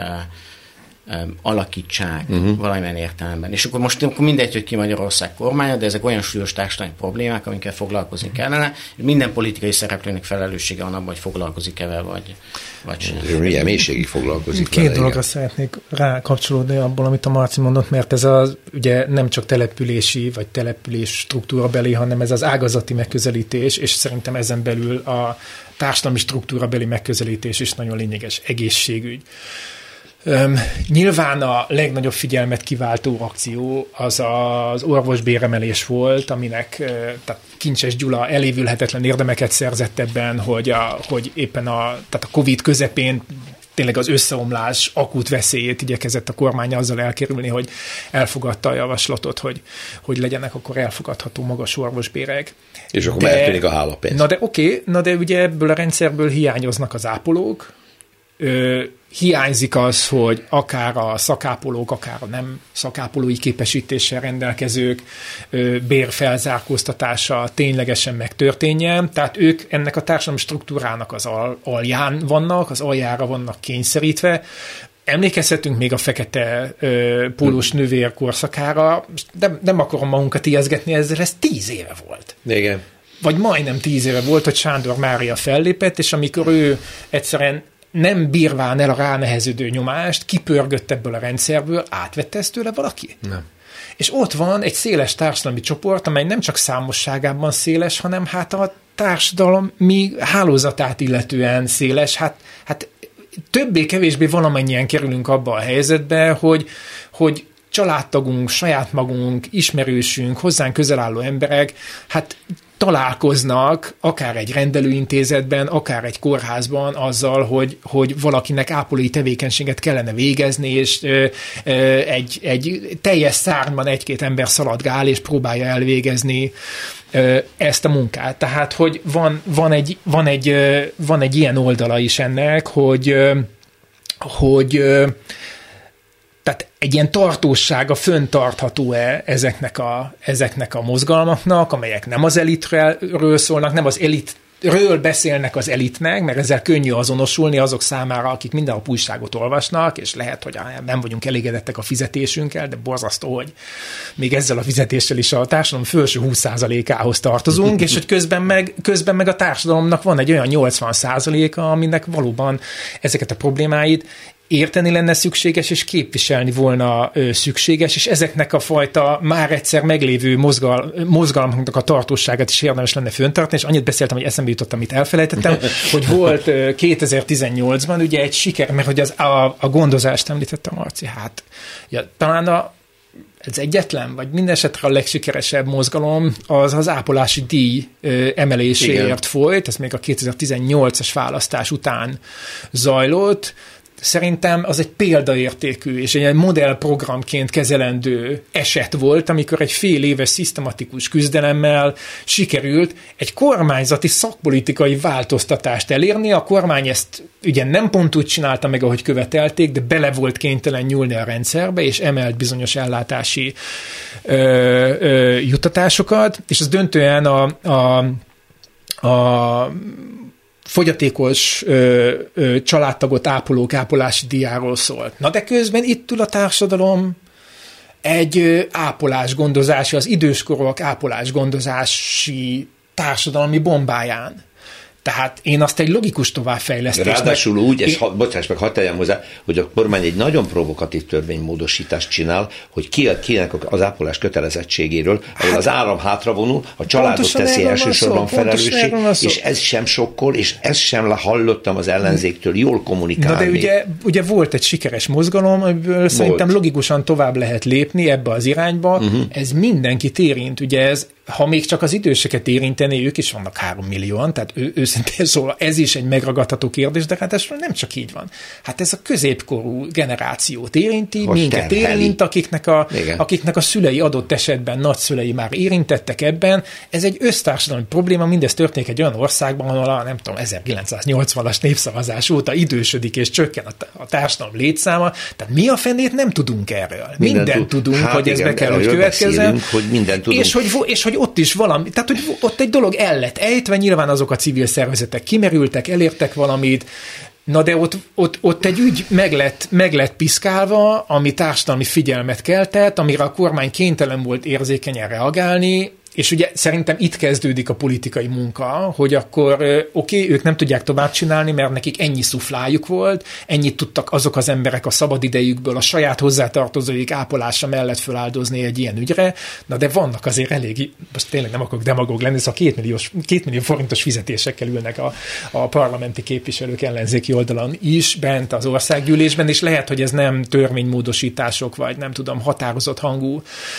alakítsák valamilyen értelemben. És akkor most mindegy, hogy ki Magyarország kormánya, de ezek olyan súlyos társadalmi problémák, amikkel foglalkozni kellene, és minden politikai szereplőnek felelőssége van abban, hogy foglalkozik-e vele, vagy sem. Milyen mélységig foglalkozik Két dologra szeretnék rákapcsolódni abból, amit a Marci mondott, mert ez ugye nem csak települési, vagy település struktúra beli, hanem ez az ágazati megközelítés, és szerintem ezen belül a társadalmi struktúra beli megközelítés is nagyon lényeges. Egészségügy. Nyilván a legnagyobb figyelmet kiváltó akció az az orvosbéremelés volt, aminek tehát Kincses Gyula elévülhetetlen érdemeket szerzett ebben, hogy éppen tehát a Covid közepén tényleg az összeomlás akut veszélyét igyekezett a kormány azzal elkerülni, hogy elfogadta a javaslatot, hogy legyenek akkor elfogadható magas orvosbérek. És akkor eltűnik a hálapénz. Na de ugye ebből a rendszerből hiányoznak az ápolók, hiányzik az, hogy akár a szakápolók, akár a nem szakápolói képesítéssel rendelkezők bérfelzárkóztatása ténylegesen megtörténjen. Tehát ők ennek a társadalmi struktúrának az alján vannak, az aljára vannak kényszerítve. Emlékezhetünk még a fekete pólós nővér korszakára, de nem akarom magunkat ijeszgetni ezzel, ez 10 éve volt. Igen. Vagy majdnem 10 éve volt, hogy Sándor Mária fellépett, és amikor ő egyszerűen nem bírván el a ráneheződő nyomást, kipörgött ebből a rendszerből, átvette ezt tőle valaki? Nem. És ott van egy széles társadalmi csoport, amely nem csak számosságában széles, hanem hát a társadalmi hálózatát illetően széles. Hát többé-kevésbé valamennyien kerülünk abba a helyzetbe, hogy családtagunk, saját magunk, ismerősünk, hozzánk közel álló emberek, hát találkoznak akár egy rendelőintézetben, akár egy kórházban azzal, hogy valakinek ápolói tevékenységet kellene végezni, és egy teljes szárnyban egy-két ember szaladgál, és próbálja elvégezni ezt a munkát. Tehát, hogy van egy ilyen oldala is ennek, hogy tehát egy ilyen tartósága fönntartható-e ezeknek a mozgalmaknak, amelyek nem az elitről szólnak, nem az elitről beszélnek az elitnek, mert ezzel könnyű azonosulni azok számára, akik minden nap újságot olvasnak, és lehet, hogy nem vagyunk elégedettek a fizetésünkkel, de borzasztó, hogy még ezzel a fizetéssel is a társadalom felső 20%-ához tartozunk, és hogy közben meg a társadalomnak van egy olyan 80%-a, aminek valóban ezeket a problémáit érteni lenne szükséges, és képviselni volna szükséges, és ezeknek a fajta már egyszer meglévő mozgalmaknak a tartóságát is érdemes lenne föntartani, és annyit beszéltem, hogy eszembe jutott, amit elfelejtettem, hogy volt 2018-ban ugye egy siker, mert hogy a gondozást említette Marci, hát ja, talán ez egyetlen, vagy minden esetre a legsikeresebb mozgalom az ápolási díj emeléséért folyt, ez még a 2018-as választás után zajlott, szerintem az egy példaértékű és egy modellprogramként kezelendő eset volt, amikor egy fél éves szisztematikus küzdelemmel sikerült egy kormányzati szakpolitikai változtatást elérni. A kormány ezt ugye nem pont úgy csinálta meg, ahogy követelték, de bele volt kénytelen nyúlni a rendszerbe, és emelt bizonyos ellátási juttatásokat, és az döntően a fogyatékos családtagot ápolók ápolási díjáról szólt. Na de közben itt ül a társadalom egy ápolásgondozási, az időskorúak ápolásgondozási társadalmi bombáján. Tehát én azt egy logikus továbbfejlesztésnek... Ráadásul úgy, bocsáss meg, hadd tegyem hozzá, hogy a kormány egy nagyon provokatív törvénymódosítást csinál, hogy kinek az ápolás kötelezettségéről, ahol az állam hátra vonul, a családot teszi elsősorban felelőssé, és ez sem sokkol, és ezt sem hallottam az ellenzéktől jól kommunikálni. Na de ugye volt egy sikeres mozgalom, amiből szerintem logikusan tovább lehet lépni ebbe az irányba. Ez mindenkit érint, ugye ez, ha még csak az időseket érinteni, ők is vannak 3 millióan, tehát őszintén szóval ez is egy megragadható kérdés, de hát ez nem csak így van. Hát ez a középkorú generációt érinti, most minket érint, akiknek a szülei adott esetben nagyszülei már érintettek ebben. Ez egy össztársadalmi probléma, mindez történik egy olyan országban, ahol a, nem tudom, 1980-as népszavazás óta idősödik és csökken a társadalom létszáma. Tehát mi a fenét nem tudunk erről. Mindent tudunk, hát hogy ez be kell, hogy következzen. És hogy ott is valami, tehát hogy ott egy dolog el lett ejtve, nyilván azok a civil szervezetek kimerültek, elértek valamit, na de ott egy ügy meg lett piszkálva, ami társadalmi figyelmet keltett, amire a kormány kénytelen volt érzékenyen reagálni, és ugye szerintem itt kezdődik a politikai munka, hogy akkor oké, ők nem tudják tovább csinálni, mert nekik ennyi szuflájuk volt, ennyit tudtak azok az emberek a szabadidejükből a saját hozzátartozóik ápolása mellett feláldozni egy ilyen ügyre, na de vannak azért elég, most tényleg nem akarok demagóg lenni, szóval 2 millió forintos fizetésekkel ülnek a parlamenti képviselők ellenzéki oldalon is bent az országgyűlésben, és lehet, hogy ez nem törvénymódosítások, vagy nem tudom, határozott hangú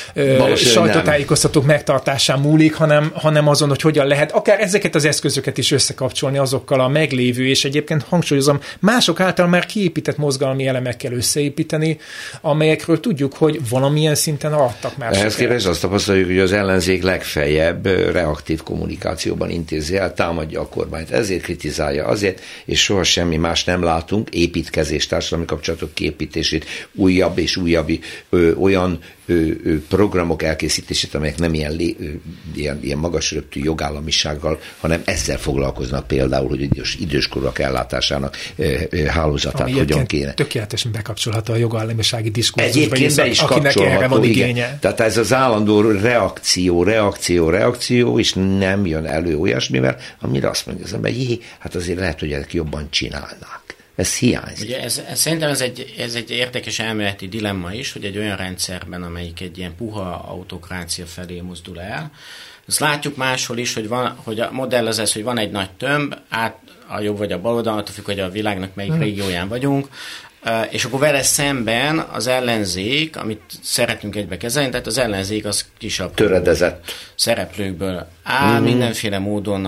sajtótájékoztatók megtartása múlik, hanem azon, hogy hogyan lehet akár ezeket az eszközöket is összekapcsolni azokkal a meglévő, és egyébként hangsúlyozom, mások által már kiépített mozgalmi elemekkel összeépíteni, amelyekről tudjuk, hogy valamilyen szinten adtak már. Ehhez képest azt tapasztaljuk, hogy az ellenzék legfeljebb reaktív kommunikációban intézi el, támadja a kormányt, ezért kritizálja, azért, és soha semmi más nem látunk, építkezés, társadalmi kapcsolatok kiépítését, újabb és újabb olyan programok elkészítését, amelyek nem ilyen magas röptű jogállamisággal, hanem ezzel foglalkoznak például, hogy időskorúak ellátásának hálózatát hogyan kéne. Tökéletesen bekapcsolható a jogállamisági diskurzusba. Egyébként be is akinek erre van igénye. Tehát ez az állandó reakció, és nem jön elő olyasmivel, amire azt mondja az ember, hát azért lehet, hogy ezek jobban csinálnák. Ez hiányzik. Ugye szerintem ez egy érdekes elméleti dilemma is, hogy egy olyan rendszerben, amelyik egy ilyen puha autokrácia felé mozdul el, azt látjuk máshol is, hogy a modell az ez, hogy van egy nagy tömb, át a jobb vagy a bal oldalon, attól függ, hogy a világnak melyik régióján vagyunk, és akkor vele szemben az ellenzék, amit szeretünk egybe kezelni, tehát az ellenzék az kisabb töredezett szereplőkből áll, mindenféle módon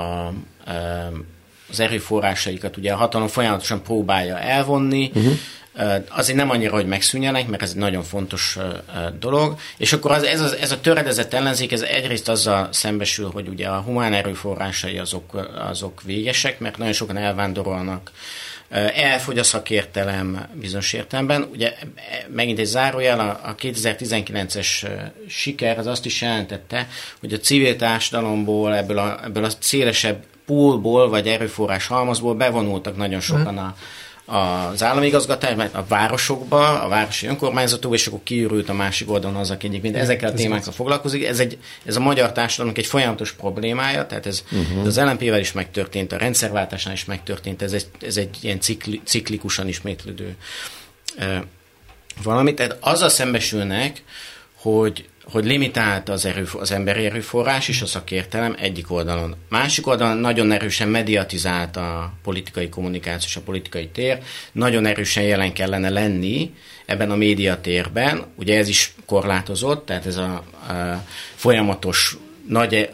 az erőforrásaikat ugye a hatalom folyamatosan próbálja elvonni, azért nem annyira, hogy megszűnjenek, mert ez egy nagyon fontos dolog, és akkor ez a töredezett ellenzék, ez egyrészt azzal szembesül, hogy ugye a humán erőforrásai azok végesek, mert nagyon sokan elvándorolnak, elfogy a szakértelem bizonyos értelemben. Ugye megint egy zárójel, a 2019-es siker az azt is jelentette, hogy a civil társadalomból, ebből a szélesebb poolból, vagy erőforrás halmazból bevonultak nagyon sokan az állami igazgatásban, a városokba, a városi önkormányzatokba, és akkor kiürült a másik oldalon az, aki egyébként ezekkel a témákkal foglalkozik. Ez a magyar társadalomnak egy folyamatos problémája, tehát ez az LMP-vel is megtörtént, a rendszerváltásnál is megtörtént, ez egy ilyen ciklikusan ismétlődő valami. Tehát azzal szembesülnek, hogy limitált az emberi erőforrás és a szakértelem egyik oldalon. Másik oldalon nagyon erősen mediatizált a politikai kommunikáció és a politikai tér, nagyon erősen jelen kellene lenni ebben a médiatérben, ugye ez is korlátozott, tehát ez a folyamatos nagy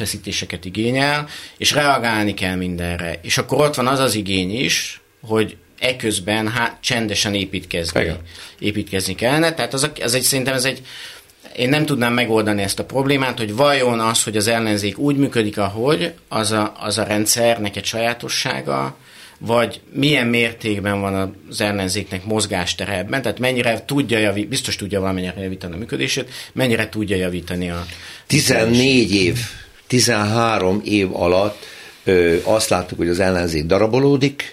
erőfeszítéseket igényel, és reagálni kell mindenre. És akkor ott van az igény is, hogy eközben csendesen építkezni kellene. Tehát szerintem én nem tudnám megoldani ezt a problémát, hogy vajon az, hogy az ellenzék úgy működik, ahogy, az a rendszernek egy sajátossága, vagy milyen mértékben van az ellenzéknek mozgástere ebben, tehát mennyire tudja biztos tudja valamennyire javítani a működését, mennyire tudja javítani a... 13 év alatt azt láttuk, hogy az ellenzék darabolódik,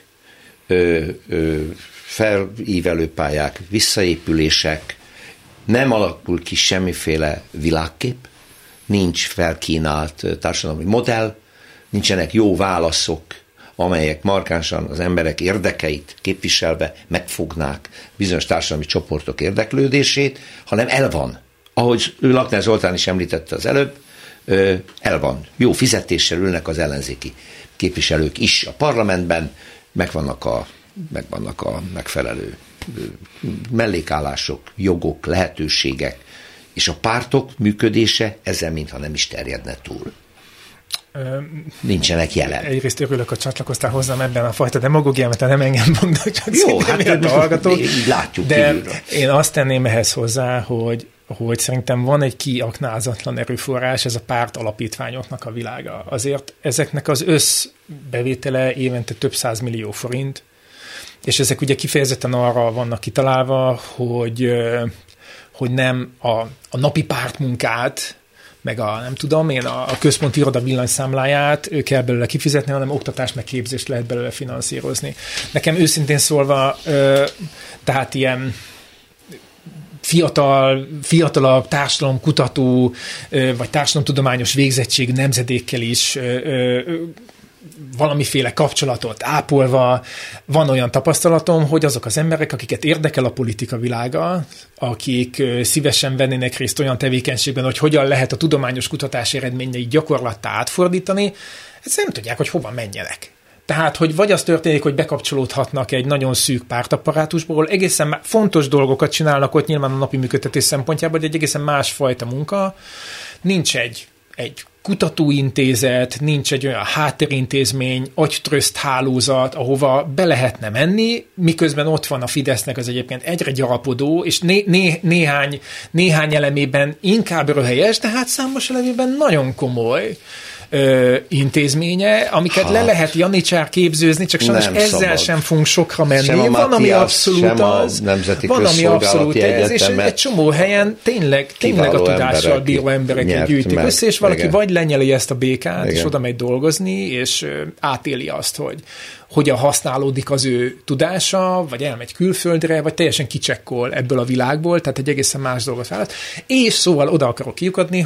felívelő pályák, visszaépülések, nem alakul ki semmiféle világkép, nincs felkínált társadalmi modell, nincsenek jó válaszok, amelyek markánsan az emberek érdekeit képviselve megfognák bizonyos társadalmi csoportok érdeklődését, hanem el van. Ahogy Lakner Zoltán is említette az előbb, el van. Jó fizetéssel ülnek az ellenzéki képviselők is a parlamentben, megvannak a megfelelő mellékállások, jogok, lehetőségek, és a pártok működése ezzel mintha nem is terjedne túl. Nincsenek jelen. Egyrészt örülök, hogy csatlakoztál hozzám ebben a fajta demagógiában, mert nem engem mondnak, csak jó, hát hallgatók. Így látjuk de kívülről. Én azt tenném ehhez hozzá, hogy szerintem van egy kiaknázatlan erőforrás, ez a párt alapítványoknak a világa. Azért ezeknek az összbevétele évente több 100 millió forint, és ezek ugye kifejezetten arra vannak kitalálva, hogy nem a napi pártmunkát, meg a központi iroda villanyszámláját kell belőle kifizetni, hanem oktatást meg képzést lehet belőle finanszírozni. Nekem őszintén szólva, tehát ilyen fiatalabb társadalomkutató, vagy társadalomtudományos végzettség nemzedékkel is valamiféle kapcsolatot ápolva, van olyan tapasztalatom, hogy azok az emberek, akiket érdekel a politika világa, akik szívesen vennének részt olyan tevékenységben, hogy hogyan lehet a tudományos kutatás eredményeit gyakorlattá átfordítani, ezt nem tudják, hogy hova menjenek. Tehát, hogy vagy az történik, hogy bekapcsolódhatnak egy nagyon szűk pártapparátusból, egészen fontos dolgokat csinálnak ott nyilván a napi működtetés szempontjából, de egy egészen másfajta munka. Nincs egy kutatóintézet, nincs egy olyan háttérintézmény, agytröszt hálózat, ahova be lehetne menni, miközben ott van a Fidesznek az egyébként egyre gyarapodó, és néhány elemében inkább röhelyes, de hát számos elemében nagyon komoly intézménye, amiket le lehet janicsár képzőzni, csak sajnos ezzel szabad. Sem fogunk sokra menni. Van, ami abszolút az, van, ami abszolút ez, és egy csomó helyen tényleg a tudással bíró embereket gyűjtik össze, és valaki vagy lenyeli ezt a békát, és oda megy dolgozni, és átéli azt, hogy hogyan használódik az ő tudása, vagy elmegy külföldre, vagy teljesen kicsekkol ebből a világból, tehát egy egészen más dolgot választ. És szóval oda akarok kiukadni,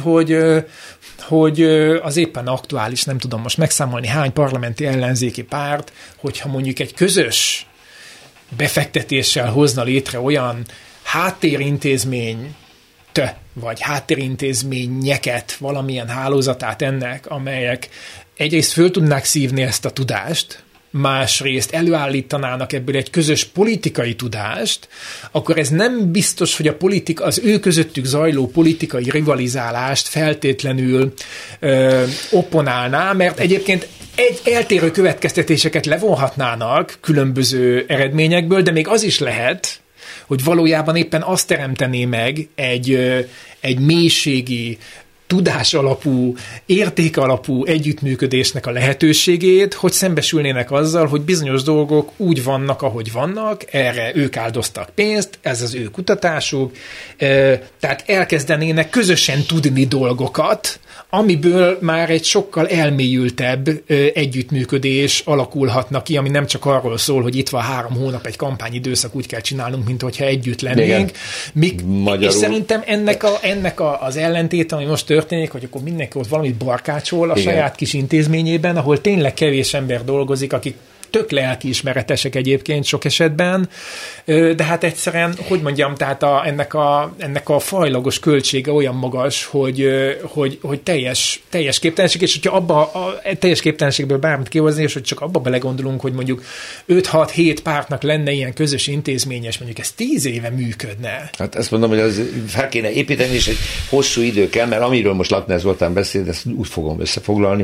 hogy az éppen aktuális, nem tudom most megszámolni, hány parlamenti ellenzéki párt, hogyha mondjuk egy közös befektetéssel hozna létre olyan háttérintézményt, vagy háttérintézményeket, valamilyen hálózatát ennek, amelyek egyrészt föl tudnák szívni ezt a tudást, másrészt előállítanának ebből egy közös politikai tudást, akkor ez nem biztos, hogy az ő közöttük zajló politikai rivalizálást feltétlenül opponálná, mert egyébként eltérő következtetéseket levonhatnának különböző eredményekből, de még az is lehet, hogy valójában éppen azt teremtené meg egy mélységi, tudásalapú, értékalapú együttműködésnek a lehetőségét, hogy szembesülnének azzal, hogy bizonyos dolgok úgy vannak, ahogy vannak, erre ők áldoztak pénzt, ez az ő kutatásuk, tehát elkezdenének közösen tudni dolgokat, amiből már egy sokkal elmélyültebb együttműködés alakulhatna ki, ami nem csak arról szól, hogy itt van 3 hónap egy kampányidőszak, úgy kell csinálnunk, mint hogyha együtt lennénk. És szerintem ennek az ellentéte, ami most történik, hogy akkor mindenki ott valamit barkácsol a saját kis intézményében, ahol tényleg kevés ember dolgozik, akik tök lelkiismeretesek egyébként sok esetben, de hát egyszerűen, hogy mondjam, tehát ennek a fajlagos költsége olyan magas, hogy teljes képtelenség, és hogyha abba a teljes képtelenségből bármit kihozni, és hogy csak abba belegondolunk, hogy mondjuk 5-6-7 pártnak lenne ilyen közös intézményes, mondjuk ez 10 éve működne. Hát ezt mondom, hogy az fel kéne építeni, és egy hosszú idő kell, mert amiről most Lakner Zoltán beszél, ezt úgy fogom összefoglalni, hogy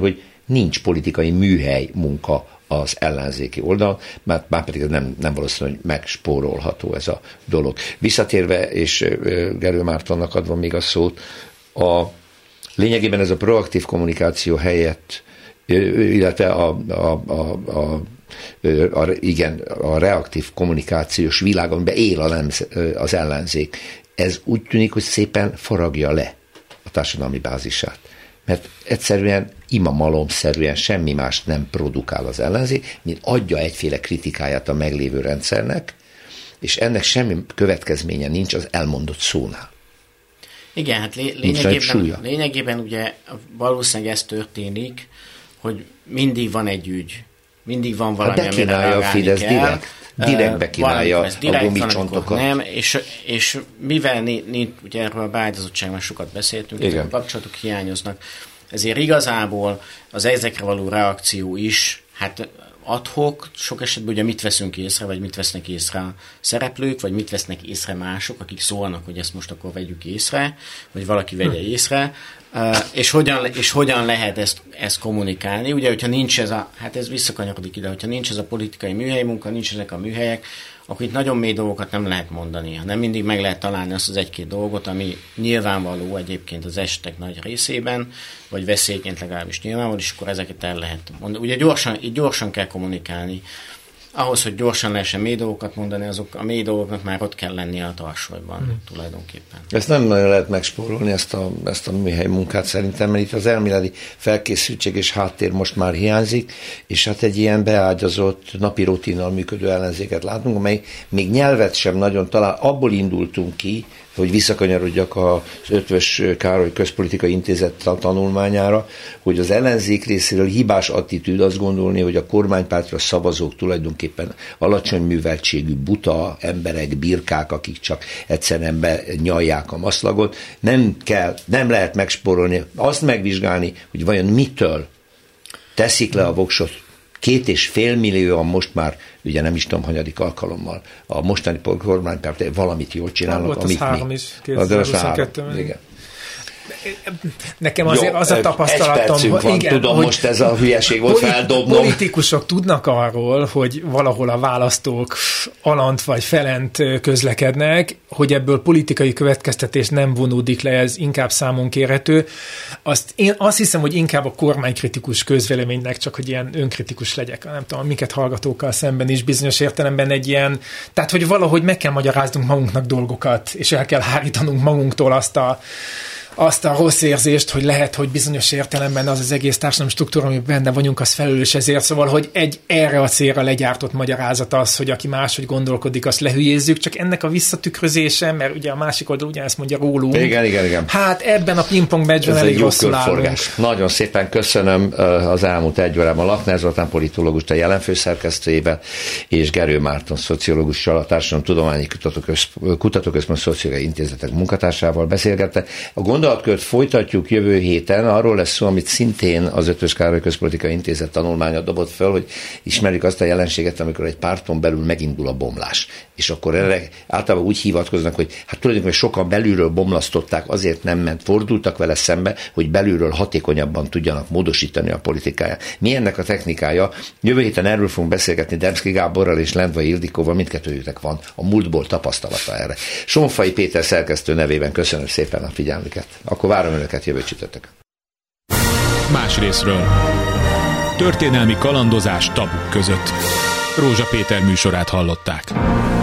nincs politikai műhely munka az ellenzéki oldal, mert már pedig nem valószínű, hogy megspórolható ez a dolog. Visszatérve, és Gerő Mártonnak adva még a szót, lényegében ez a proaktív kommunikáció helyett, illetve a reaktív kommunikációs világ, amiben él az ellenzék, ez úgy tűnik, hogy szépen faragja le a társadalmi bázisát. Mert egyszerűen imamalomszerűen semmi mást nem produkál az ellenzék, mint adja egyféle kritikáját a meglévő rendszernek, és ennek semmi következménye nincs az elmondott szónál. Igen, hát lényegében ugye valószínűleg ez történik, hogy mindig van egy ügy, mindig van valami, amire reagálni a Fidesz kell. Direkt bekínálja a gumicsontokat. Nem, és mivel ugye erről a beágyazottságban sokat beszéltünk, ezek a kapcsolatok hiányoznak, ezért igazából az ezekre való reakció is, hát ad-hoc, sok esetben ugye mit veszünk észre, vagy mit vesznek észre a szereplők, vagy mit vesznek észre mások, akik szólnak, hogy ezt most akkor vegyük észre, vagy valaki vegye észre, és hogyan lehet ezt kommunikálni. Ugye, hogyha nincs hát ez visszakanyarodik ide, hogyha nincs ez a politikai műhely munka, nincs ezek a műhelyek, akkor itt nagyon mély dolgokat nem lehet mondani. Nem mindig meg lehet találni azt az egy-két dolgot, ami nyilvánvaló egyébként az esetek nagy részében, vagy veszélyként legalábbis nyilvánvaló, és akkor ezeket el lehet mondani. Ugye gyorsan kell kommunikálni. Ahhoz, hogy gyorsan lehessen mély dolgokat mondani, azok a mély dolgoknak már ott kell lennie a tarsolyban tulajdonképpen. Ezt nem nagyon lehet megspórolni, ezt a műhely munkát szerintem, mert itt az elméleti felkészültség és háttér most már hiányzik, és hát egy ilyen beágyazott napi rutinnal működő ellenzéket látunk, amely még nyelvet sem nagyon talál. Abból indultunk ki, hogy visszakanyarodjak az Eötvös Károly Közpolitikai Intézet tanulmányára, hogy az ellenzék részéről hibás attitűd azt gondolni, hogy a kormánypártra szavazók tulajdonképpen alacsony műveltségű, buta emberek, birkák, akik csak egyszerűen benyalják a maszlagot. Nem lehet megspórolni, azt megvizsgálni, hogy vajon mitől teszik le a voksot 2,5 millióan most már, ugye nem is tudom, hanyadik alkalommal a mostani kormánypárt valamit jól csinálnak, volt amit az 3 is, 2022-ben. Igen. Nekem azért az a tapasztalatom, hogy igen, tudom, hogy most ez a hülyeség volt feldobnom. Politikusok tudnak arról, hogy valahol a választók alant vagy felent közlekednek, hogy ebből politikai következtetés nem vonódik le, ez inkább számon kérhető. Én azt hiszem, hogy inkább a kormánykritikus közvéleménynek, csak hogy ilyen önkritikus legyek, nem tudom, miket hallgatókkal szemben is bizonyos értelemben egy ilyen, tehát hogy valahogy meg kell magyaráznunk magunknak dolgokat, és el kell hárítanunk magunktól azt a rossz érzést, hogy lehet, hogy bizonyos értelemben az egész társadalmi struktúra, amiben benne vagyunk, az felelős ezért. Szóval, hogy erre a célra legyártott magyarázat az, hogy aki máshogy gondolkodik, azt lehülyézzük, csak ennek a visszatükrözése, mert ugye a másik oldal ugyanezt mondja rólunk. Igen. Hát ebben a pingpong meccsben elég rosszul állunk. Nagyon szépen köszönöm az elmúlt egy órában Lakner Zoltán politológust, a Jelen főszerkesztőjével, és Gerő Márton szociológussal, a Társadalomtudományi Kutatóközpont Szociológiai Intézetek munkatársával beszélgettek. A gondolatkört folytatjuk jövő héten, arról lesz szó, amit szintén az Eötvös Károly Közpolitikai Intézet tanulmánya dobott föl, hogy ismerjük azt a jelenséget, amikor egy párton belül megindul a bomlás. És akkor erre általában úgy hivatkoznak, hogy hát tulajdonképpen sokan belülről bomlasztották, azért nem fordultak vele szembe, hogy belülről hatékonyabban tudjanak módosítani a politikáját. Mi ennek a technikája? Jövő héten erről fogunk beszélgetni Demszky Gáborral és Lendvai Ildikóval, mindkettőjüknek van a múltból tapasztalata erre. Sonfai Péter szerkesztő nevében köszönöm szépen a figyelmüket. Akkor várom önöket jövő csütörtökön. Más részről. Történelmi kalandozás tabuk között. Rózsa Péter műsorát hallották.